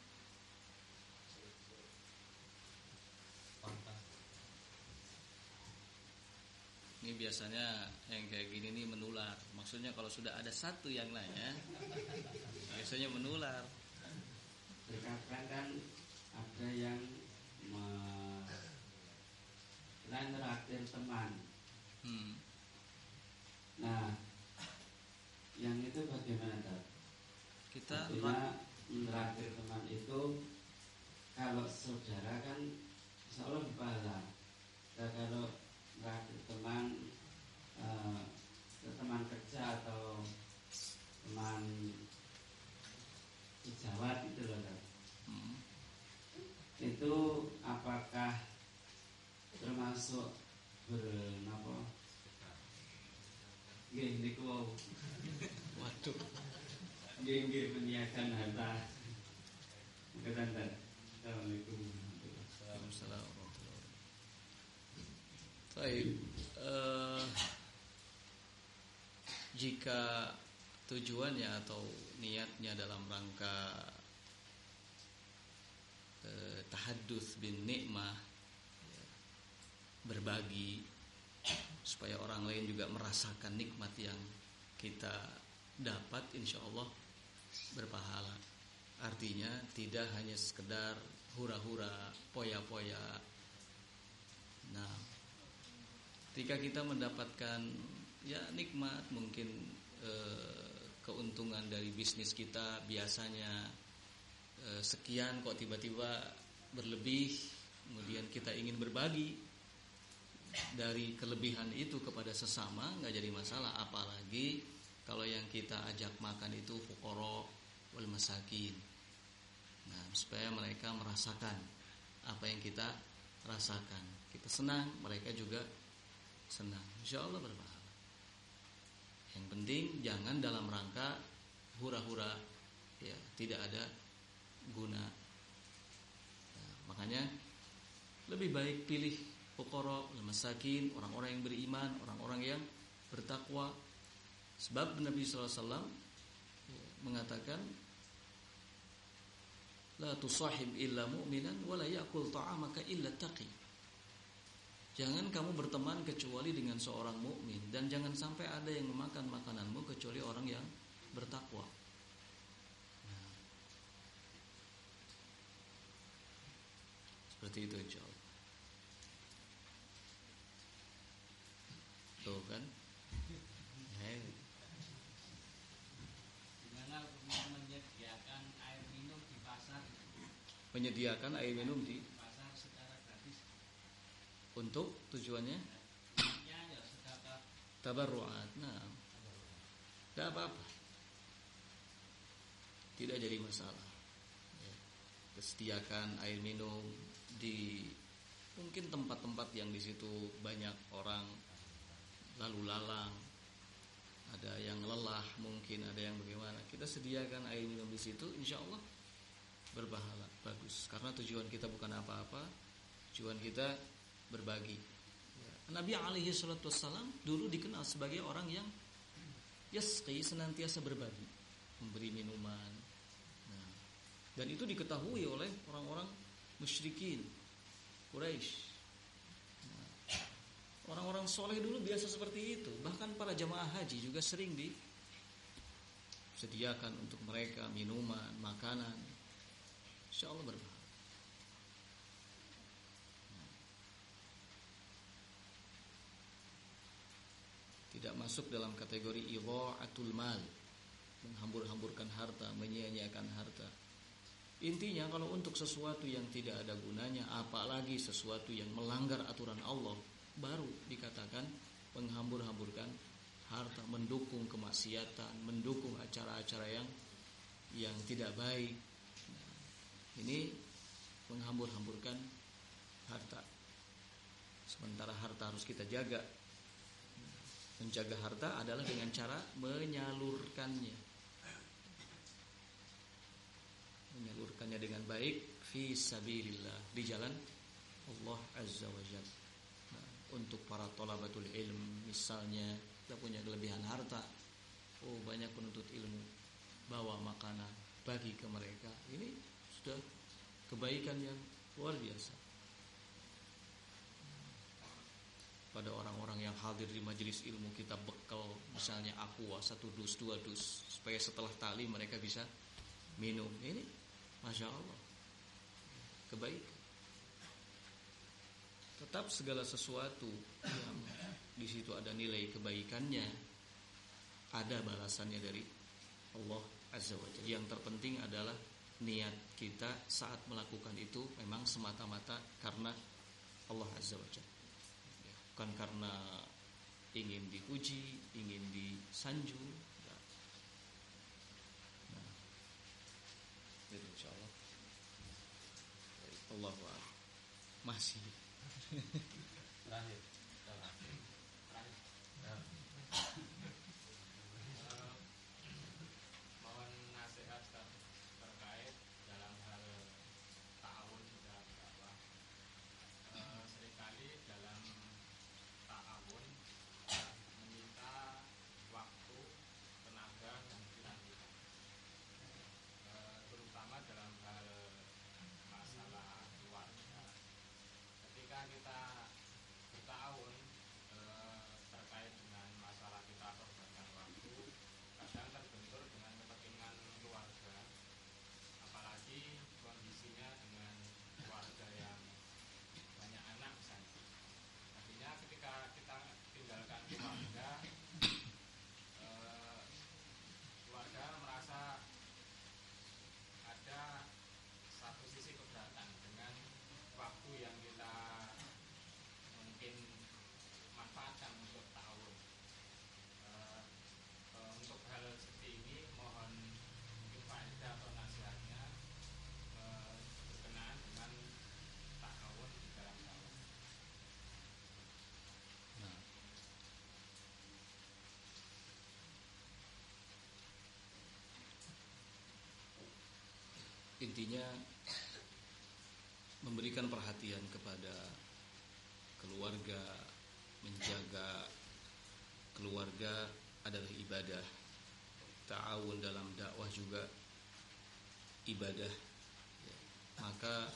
Pantas. Ini biasanya yang kayak gini nih menular. Maksudnya kalau sudah ada satu yang nanya, biasanya menular. Terkadang kan ada yang meneraktir teman. Hmm. Nah, yang itu bagaimana, Dok? Kita Artinya meneraktir teman itu kalau saudara kan insya Allah dipahala. Nah, kalau meneraktir teman eh, teman kerja atau teman sejawat itu loh, Dok. hmm. Itu apakah termasuk bernapa? Nggih niku. Waduh. Nggih nggih menyiapkan harta. Mungkin Anda. Assalamualaikum. Waalaikumsalam warahmatullahi wabarakatuh. Baik, eh, jika tujuannya atau niatnya dalam rangka eh, tahadduts bin nikmah, ya, berbagi supaya orang lain juga merasakan nikmat yang kita dapat, insya Allah berpahala. Artinya tidak hanya sekedar hura-hura, poya-poya. Nah, ketika kita mendapatkan ya nikmat, mungkin eh, keuntungan dari bisnis kita biasanya eh, sekian, kok tiba-tiba berlebih, kemudian kita ingin berbagi dari kelebihan itu kepada sesama, nggak jadi masalah. Apalagi kalau yang kita ajak makan itu fuqara wal masakin. Nah, supaya mereka merasakan apa yang kita rasakan. Kita senang, mereka juga senang. Insya Allah berpahala. Yang penting jangan dalam rangka hura-hura, ya, tidak ada guna. Nah, makanya lebih baik pilih fuqara wal masakin, orang-orang yang beriman, orang-orang yang bertakwa. Sebab Nabi sallallahu alaihi wasallam mengatakan, la tusahib illa mu'minan wa la ya'kul ta'amaka illa taqi. Jangan kamu berteman kecuali dengan seorang mukmin, dan jangan sampai ada yang memakan makananmu kecuali orang yang bertakwa. Nah, seperti itu insyaallah. Tuh kan? Hey. menyediakan air minum di pasar secara gratis. untuk tujuannya Ya, ya sedekah. tabarruat. Nah, tidak apa-apa, tidak jadi masalah. Ya. Sediakan air minum di mungkin tempat-tempat yang di situ banyak orang lalu lalang, ada yang lelah, mungkin ada yang bagaimana. Kita sediakan air minum di situ, insya Allah berpahala, bagus. Karena tujuan kita bukan apa-apa, tujuan kita berbagi. Ya. Nabi alaihi salatu wassalam dulu dikenal sebagai orang yang yasqi, senantiasa berbagi, memberi minuman. Nah, dan itu diketahui oleh orang-orang musyrikin Quraisy. Nah, orang-orang soleh dulu biasa seperti itu. Bahkan para jamaah haji juga sering disediakan untuk mereka minuman, makanan. Insya Allah berpahala. Tidak masuk dalam kategori idha'atul mal, menghambur-hamburkan harta, menyia-nyiakan harta. Intinya kalau untuk sesuatu yang tidak ada gunanya, apalagi sesuatu yang melanggar aturan Allah, baru dikatakan menghambur-hamburkan harta, mendukung kemaksiatan, mendukung acara-acara yang yang tidak baik. Nah, ini menghambur-hamburkan harta. Sementara harta harus kita jaga. Menjaga harta adalah dengan cara menyalurkannya, menyalurkannya dengan baik fi sabilillah, di jalan Allah azza wa jalla. Nah, untuk para thalabatul ilm misalnya, kita punya kelebihan harta, oh banyak penuntut ilmu, bawa makanan bagi ke mereka, ini sudah kebaikan yang luar biasa. Pada orang-orang yang hadir di majelis ilmu, kita bekal misalnya aqua satu dus, dua dus, supaya setelah tali mereka bisa minum. Ini masya Allah kebaikan. Tetap segala sesuatu yang di situ ada nilai kebaikannya, ada balasannya dari Allah azza wa jalla. Yang terpenting adalah niat kita saat melakukan itu memang semata-mata karena Allah azza wa jalla, bukan karena ingin dipuji, ingin disanjung. Nah, itu insyaallah. Allahu a'lam. Masih Terakhir. Mohon nasihat terkait dalam hal ta'awun dan dakwah. Seringkali dalam ta'awun meminta waktu, tenaga, dan pikiran kita, terutama dalam hal masalah keluarga. Ketika kita bertahun terkait dengan masalah kita korbankan waktu, kadang terbentur dengan kepentingan keluarga, apalagi kondisinya dengan keluarga yang banyak anak misalnya. Artinya ketika kita tinggalkan keluarga, eh, keluarga merasa ada satu sisi keberatan dengan waktu yang kita mungkin manfaatkan untuk ta'awun. Uh, uh, untuk hal seperti ini mohon mungkin faedah atau nasihatnya uh, berkenaan dengan ta'awun di dalam dakwah. nah, intinya memberikan perhatian kepada keluarga, menjaga keluarga adalah ibadah. Ta'awun dalam dakwah juga ibadah. Ya, maka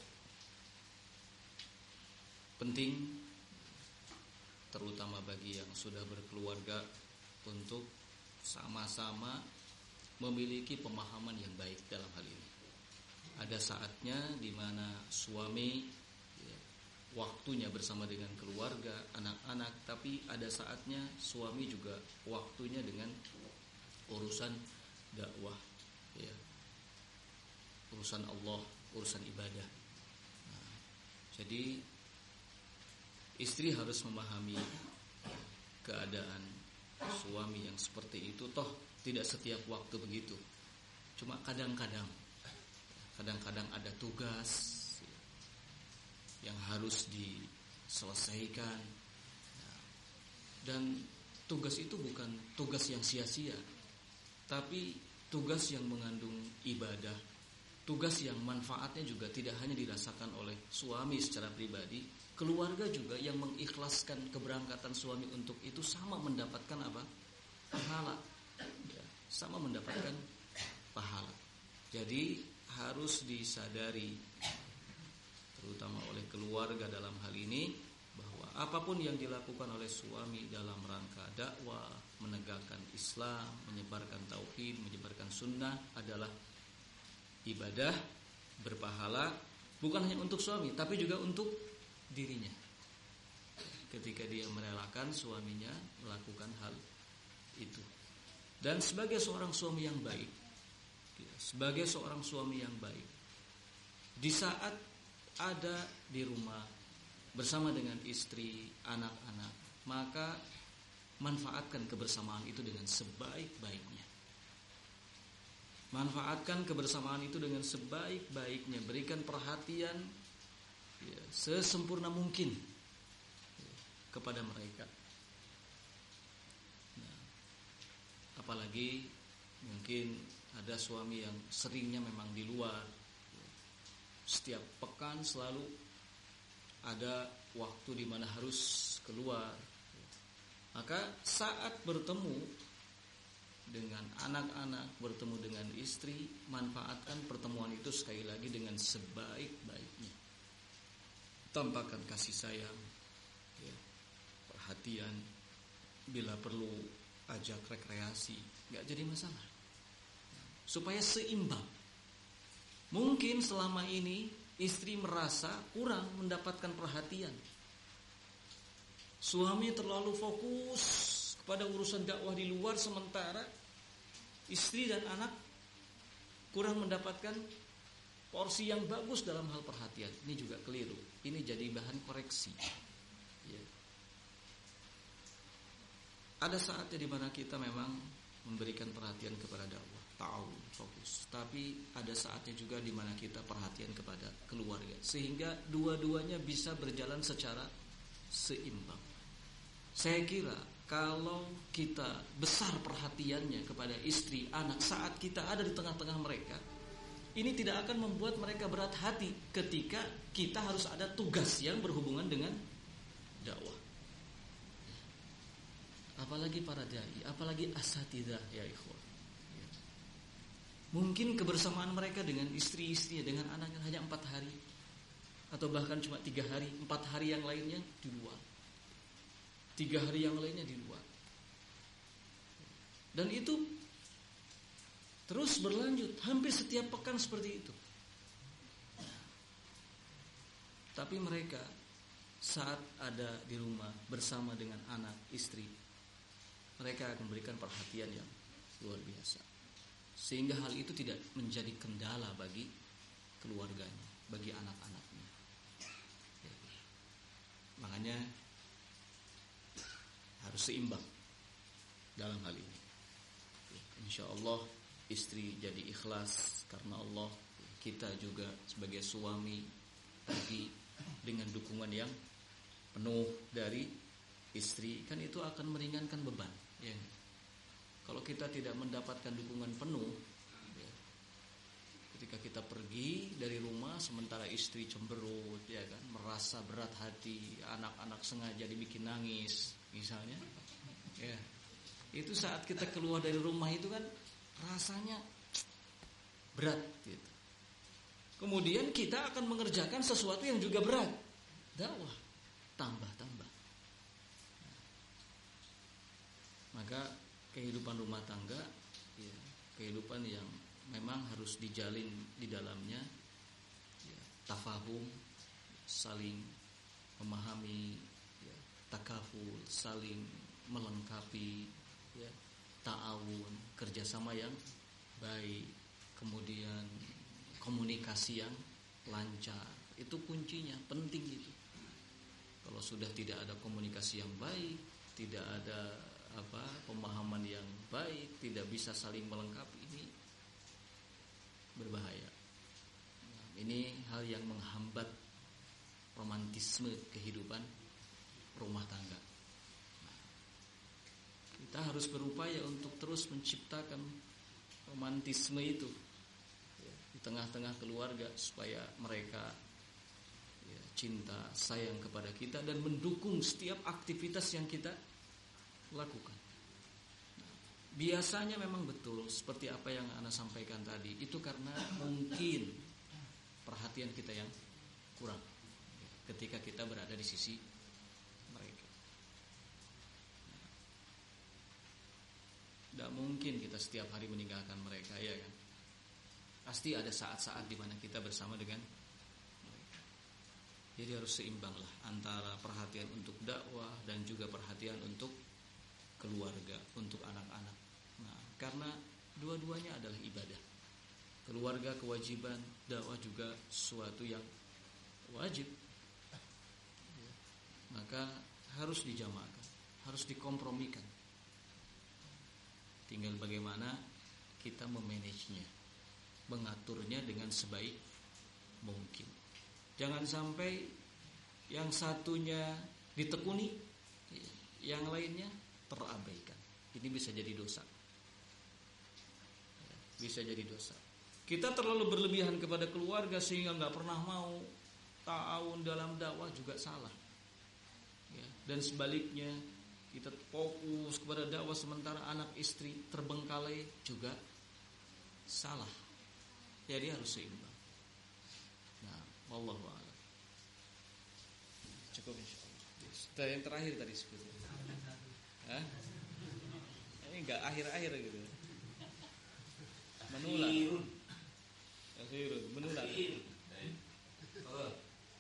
penting terutama bagi yang sudah berkeluarga untuk sama-sama memiliki pemahaman yang baik dalam hal ini. Ada saatnya di mana suami ya, waktunya bersama dengan keluarga, anak-anak, tapi ada saatnya suami juga waktunya dengan urusan dakwah, ya, urusan Allah urusan ibadah. Nah, jadi istri harus memahami keadaan suami yang seperti itu. Toh tidak setiap waktu begitu, cuma kadang-kadang kadang-kadang ada tugas yang harus diselesaikan. Nah, dan tugas itu bukan tugas yang sia-sia, tapi tugas yang mengandung ibadah, tugas yang manfaatnya juga tidak hanya dirasakan oleh suami secara pribadi, keluarga juga yang mengikhlaskan keberangkatan suami untuk itu sama mendapatkan apa? Pahala. Ya, sama mendapatkan pahala. Jadi harus disadari, terutama oleh keluarga dalam hal ini, bahwa apapun yang dilakukan oleh suami dalam rangka dakwah, menegakkan Islam, menyebarkan tauhid, menyebarkan sunnah adalah ibadah berpahala, bukan hanya untuk suami tapi juga untuk dirinya. Ketika dia merelakan suaminya melakukan hal itu. Dan sebagai seorang suami yang baik, sebagai seorang suami yang baik, di saat ada di rumah bersama dengan istri, anak-anak, maka manfaatkan kebersamaan itu dengan sebaik-baiknya. Manfaatkan kebersamaan itu dengan sebaik-baiknya. Berikan perhatian ya, sesempurna mungkin ya, kepada mereka. Nah, apalagi mungkin ada suami yang seringnya memang di luar. Setiap pekan selalu ada waktu di mana harus keluar. Maka saat bertemu dengan anak-anak, bertemu dengan istri, manfaatkan pertemuan itu sekali lagi dengan sebaik-baiknya. Tampakkan kasih sayang, ya, perhatian, bila perlu ajak rekreasi, nggak jadi masalah. Supaya seimbang. Mungkin selama ini istri merasa kurang mendapatkan perhatian. Suami terlalu fokus pada urusan dakwah di luar, sementara istri dan anak kurang mendapatkan porsi yang bagus dalam hal perhatian. Ini juga keliru. Ini jadi bahan koreksi. Ya. Ada saatnya di mana kita memang memberikan perhatian kepada dakwah, tahu, fokus. Tapi ada saatnya juga di mana kita perhatian kepada keluarga, sehingga dua-duanya bisa berjalan secara seimbang. Saya kira kalau kita besar perhatiannya kepada istri, anak saat kita ada di tengah-tengah mereka, ini tidak akan membuat mereka berat hati ketika kita harus ada tugas yang berhubungan dengan dakwah. Apalagi para dai, apalagi asatidzah ya ikhwan. Mungkin kebersamaan mereka dengan istri-istrinya, dengan anaknya hanya empat hari, atau bahkan cuma tiga hari, empat hari yang lainnya di luar, tiga hari yang lainnya di luar. Dan itu terus berlanjut, hampir setiap pekan seperti itu. Tapi mereka saat ada di rumah bersama dengan anak, istri, mereka akan memberikan perhatian yang luar biasa, sehingga hal itu tidak menjadi kendala bagi keluarganya, bagi anak-anaknya. Ya. Makanya harus seimbang dalam hal ini. Ya. Insya Allah istri jadi ikhlas karena Allah, kita juga sebagai suami pergi dengan dukungan yang penuh dari istri, kan itu akan meringankan beban. Ya. Kalau kita tidak mendapatkan dukungan penuh, ya, ketika kita pergi dari rumah sementara istri cemberut, ya kan, merasa berat hati, anak-anak sengaja dibikin nangis, misalnya, ya, itu saat kita keluar dari rumah itu kan rasanya berat, gitu. Kemudian kita akan mengerjakan sesuatu yang juga berat, dakwah, tambah-tambah. Maka kehidupan rumah tangga, ya, kehidupan yang memang harus dijalin di dalamnya, ya, tafahum, saling memahami, ya, takaful, saling melengkapi, ya, ta'awun, kerjasama yang baik, kemudian komunikasi yang lancar. Itu kuncinya, penting itu. Kalau sudah tidak ada komunikasi yang baik, tidak ada apa pemahaman yang baik, tidak bisa saling melengkapi, ini berbahaya. Nah, ini hal yang menghambat romantisme kehidupan rumah tangga. Nah, kita harus berupaya untuk terus menciptakan romantisme itu ya, di tengah-tengah keluarga supaya mereka ya, cinta, sayang kepada kita dan mendukung setiap aktivitas yang kita lakukan. Nah, biasanya memang betul seperti apa yang Ana sampaikan tadi, itu karena mungkin perhatian kita yang kurang ya, ketika kita berada di sisi mereka. Tidak mungkin kita setiap hari meninggalkan mereka, ya kan? Pasti ada saat-saat di mana kita bersama dengan mereka. Jadi harus seimbang lah antara perhatian untuk dakwah dan juga perhatian untuk keluarga, untuk anak-anak. Nah, karena dua-duanya adalah ibadah. Keluarga kewajiban, dakwah juga suatu yang wajib. Ya. Maka harus dijamakan, harus dikompromikan. Tinggal bagaimana kita memanagenya, mengaturnya dengan sebaik mungkin. Jangan sampai yang satunya ditekuni, yang lainnya terabaikan. Ini bisa jadi dosa. Bisa jadi dosa. Kita terlalu berlebihan kepada keluarga sehingga nggak pernah mau ta'awun dalam dakwah juga salah. Ya, dan sebaliknya kita fokus kepada dakwah sementara anak istri terbengkalai juga salah. Jadi harus seimbang. Nah, wallahu a'lam. Cukup insyaallah. Sudah yang terakhir tadi sebetulnya. Hah? Ini enggak akhir-akhir gitu. Menular. Akhir, menular. Oh.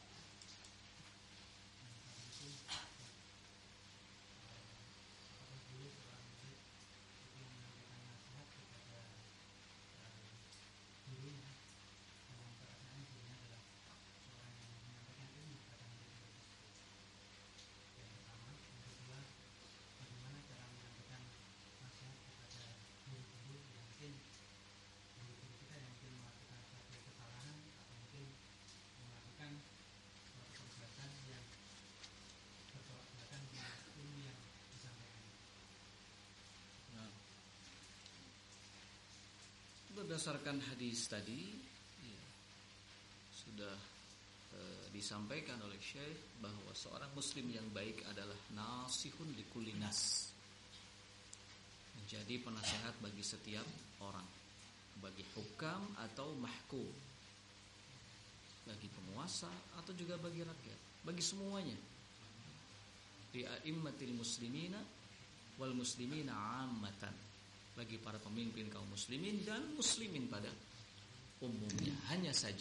Berdasarkan hadis tadi ya, sudah e, disampaikan oleh Syekh bahwa seorang muslim yang baik adalah nasihun likulli nas, menjadi penasehat bagi setiap orang, bagi hukam atau mahkum, bagi penguasa atau juga bagi rakyat, bagi semuanya, di a'immatil muslimina wal muslimina ammatan, bagi para pemimpin kaum muslimin dan muslimin pada umumnya. Hanya saja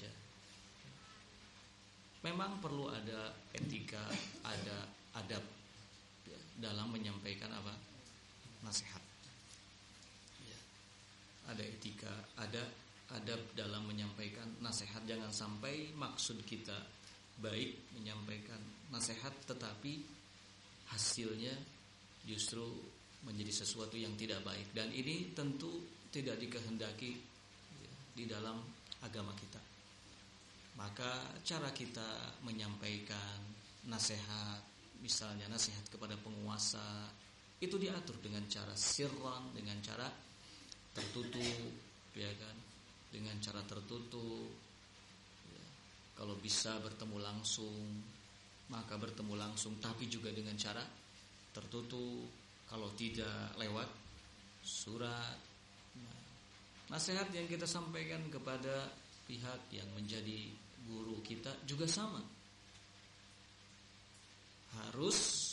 memang perlu ada etika, ada adab dalam menyampaikan apa? Nasihat. Ya. Ada etika, ada adab dalam menyampaikan nasihat. Jangan sampai maksud kita baik menyampaikan nasihat tetapi hasilnya justru menjadi sesuatu yang tidak baik, dan ini tentu tidak dikehendaki ya, di dalam agama kita. Maka cara kita menyampaikan nasihat, misalnya nasihat kepada penguasa, itu diatur dengan cara sirran, dengan cara tertutup, ya kan? Dengan cara tertutup. Ya. Kalau bisa bertemu langsung, maka bertemu langsung, tapi juga dengan cara tertutup. Kalau tidak lewat surat. Nah, nasihat yang kita sampaikan kepada pihak yang menjadi guru kita juga sama. Harus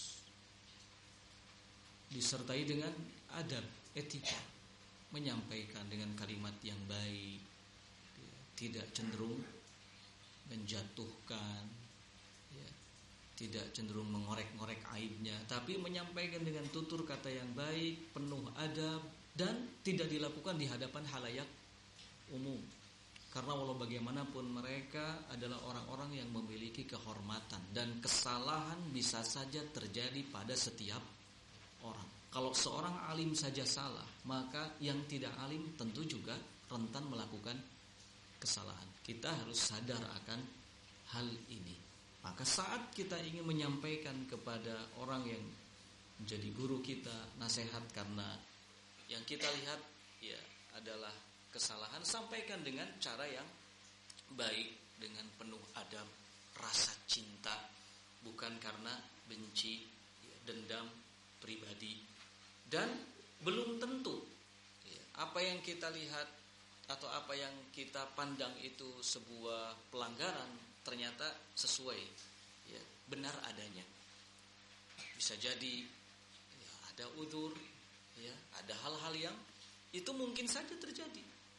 disertai dengan adab, etika. Menyampaikan dengan kalimat yang baik, tidak cenderung menjatuhkan, ya, tidak cenderung mengorek-ngorek aibnya, tapi menyampaikan dengan tutur kata yang baik, penuh adab, dan tidak dilakukan di hadapan halayak umum. Karena walau bagaimanapun mereka adalah orang-orang yang memiliki kehormatan, dan kesalahan bisa saja terjadi pada setiap orang. Kalau seorang alim saja salah, maka yang tidak alim tentu juga rentan melakukan kesalahan. Kita harus sadar akan hal ini. Maka saat kita ingin menyampaikan kepada orang yang menjadi guru kita nasihat karena yang kita lihat ya adalah kesalahan, sampaikan dengan cara yang baik, dengan penuh adab, rasa cinta, bukan karena benci, ya, dendam pribadi. Dan belum tentu ya, apa yang kita lihat atau apa yang kita pandang itu sebuah pelanggaran ternyata sesuai, ya, benar adanya. Bisa jadi ya, ada udzur, ya, ada hal-hal yang itu mungkin saja terjadi.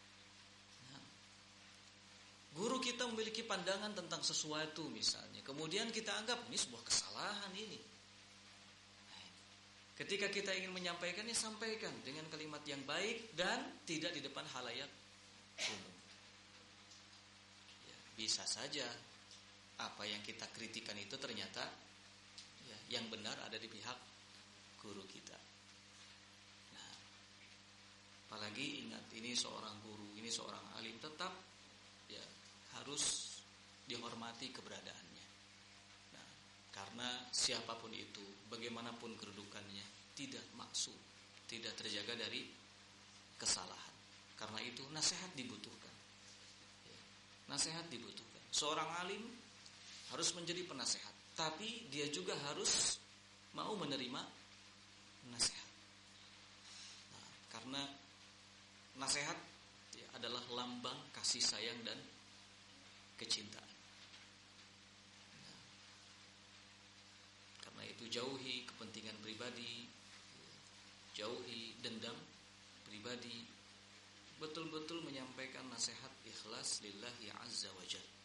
Guru kita memiliki pandangan tentang sesuatu misalnya, kemudian kita anggap ini sebuah kesalahan ini. Ketika kita ingin menyampaikannya, sampaikan dengan kalimat yang baik dan tidak di depan halayak umum. Ya, bisa saja apa yang kita kritikan itu ternyata ya, yang benar ada di pihak guru kita. Nah, apalagi ingat ini seorang guru, ini seorang alim, tetap ya harus dihormati keberadaannya. Nah, karena siapapun itu, bagaimanapun kedudukannya, tidak maksum, tidak terjaga dari kesalahan. Karena itu nasihat dibutuhkan. Ya, nasihat dibutuhkan. Seorang alim harus menjadi penasehat, tapi dia juga harus mau menerima nasihat. Nah, karena nasihat ya, adalah lambang kasih sayang dan kecintaan. Nah, karena itu jauhi kepentingan pribadi, jauhi dendam pribadi, betul-betul menyampaikan nasihat ikhlas lillahi azza wa jalla.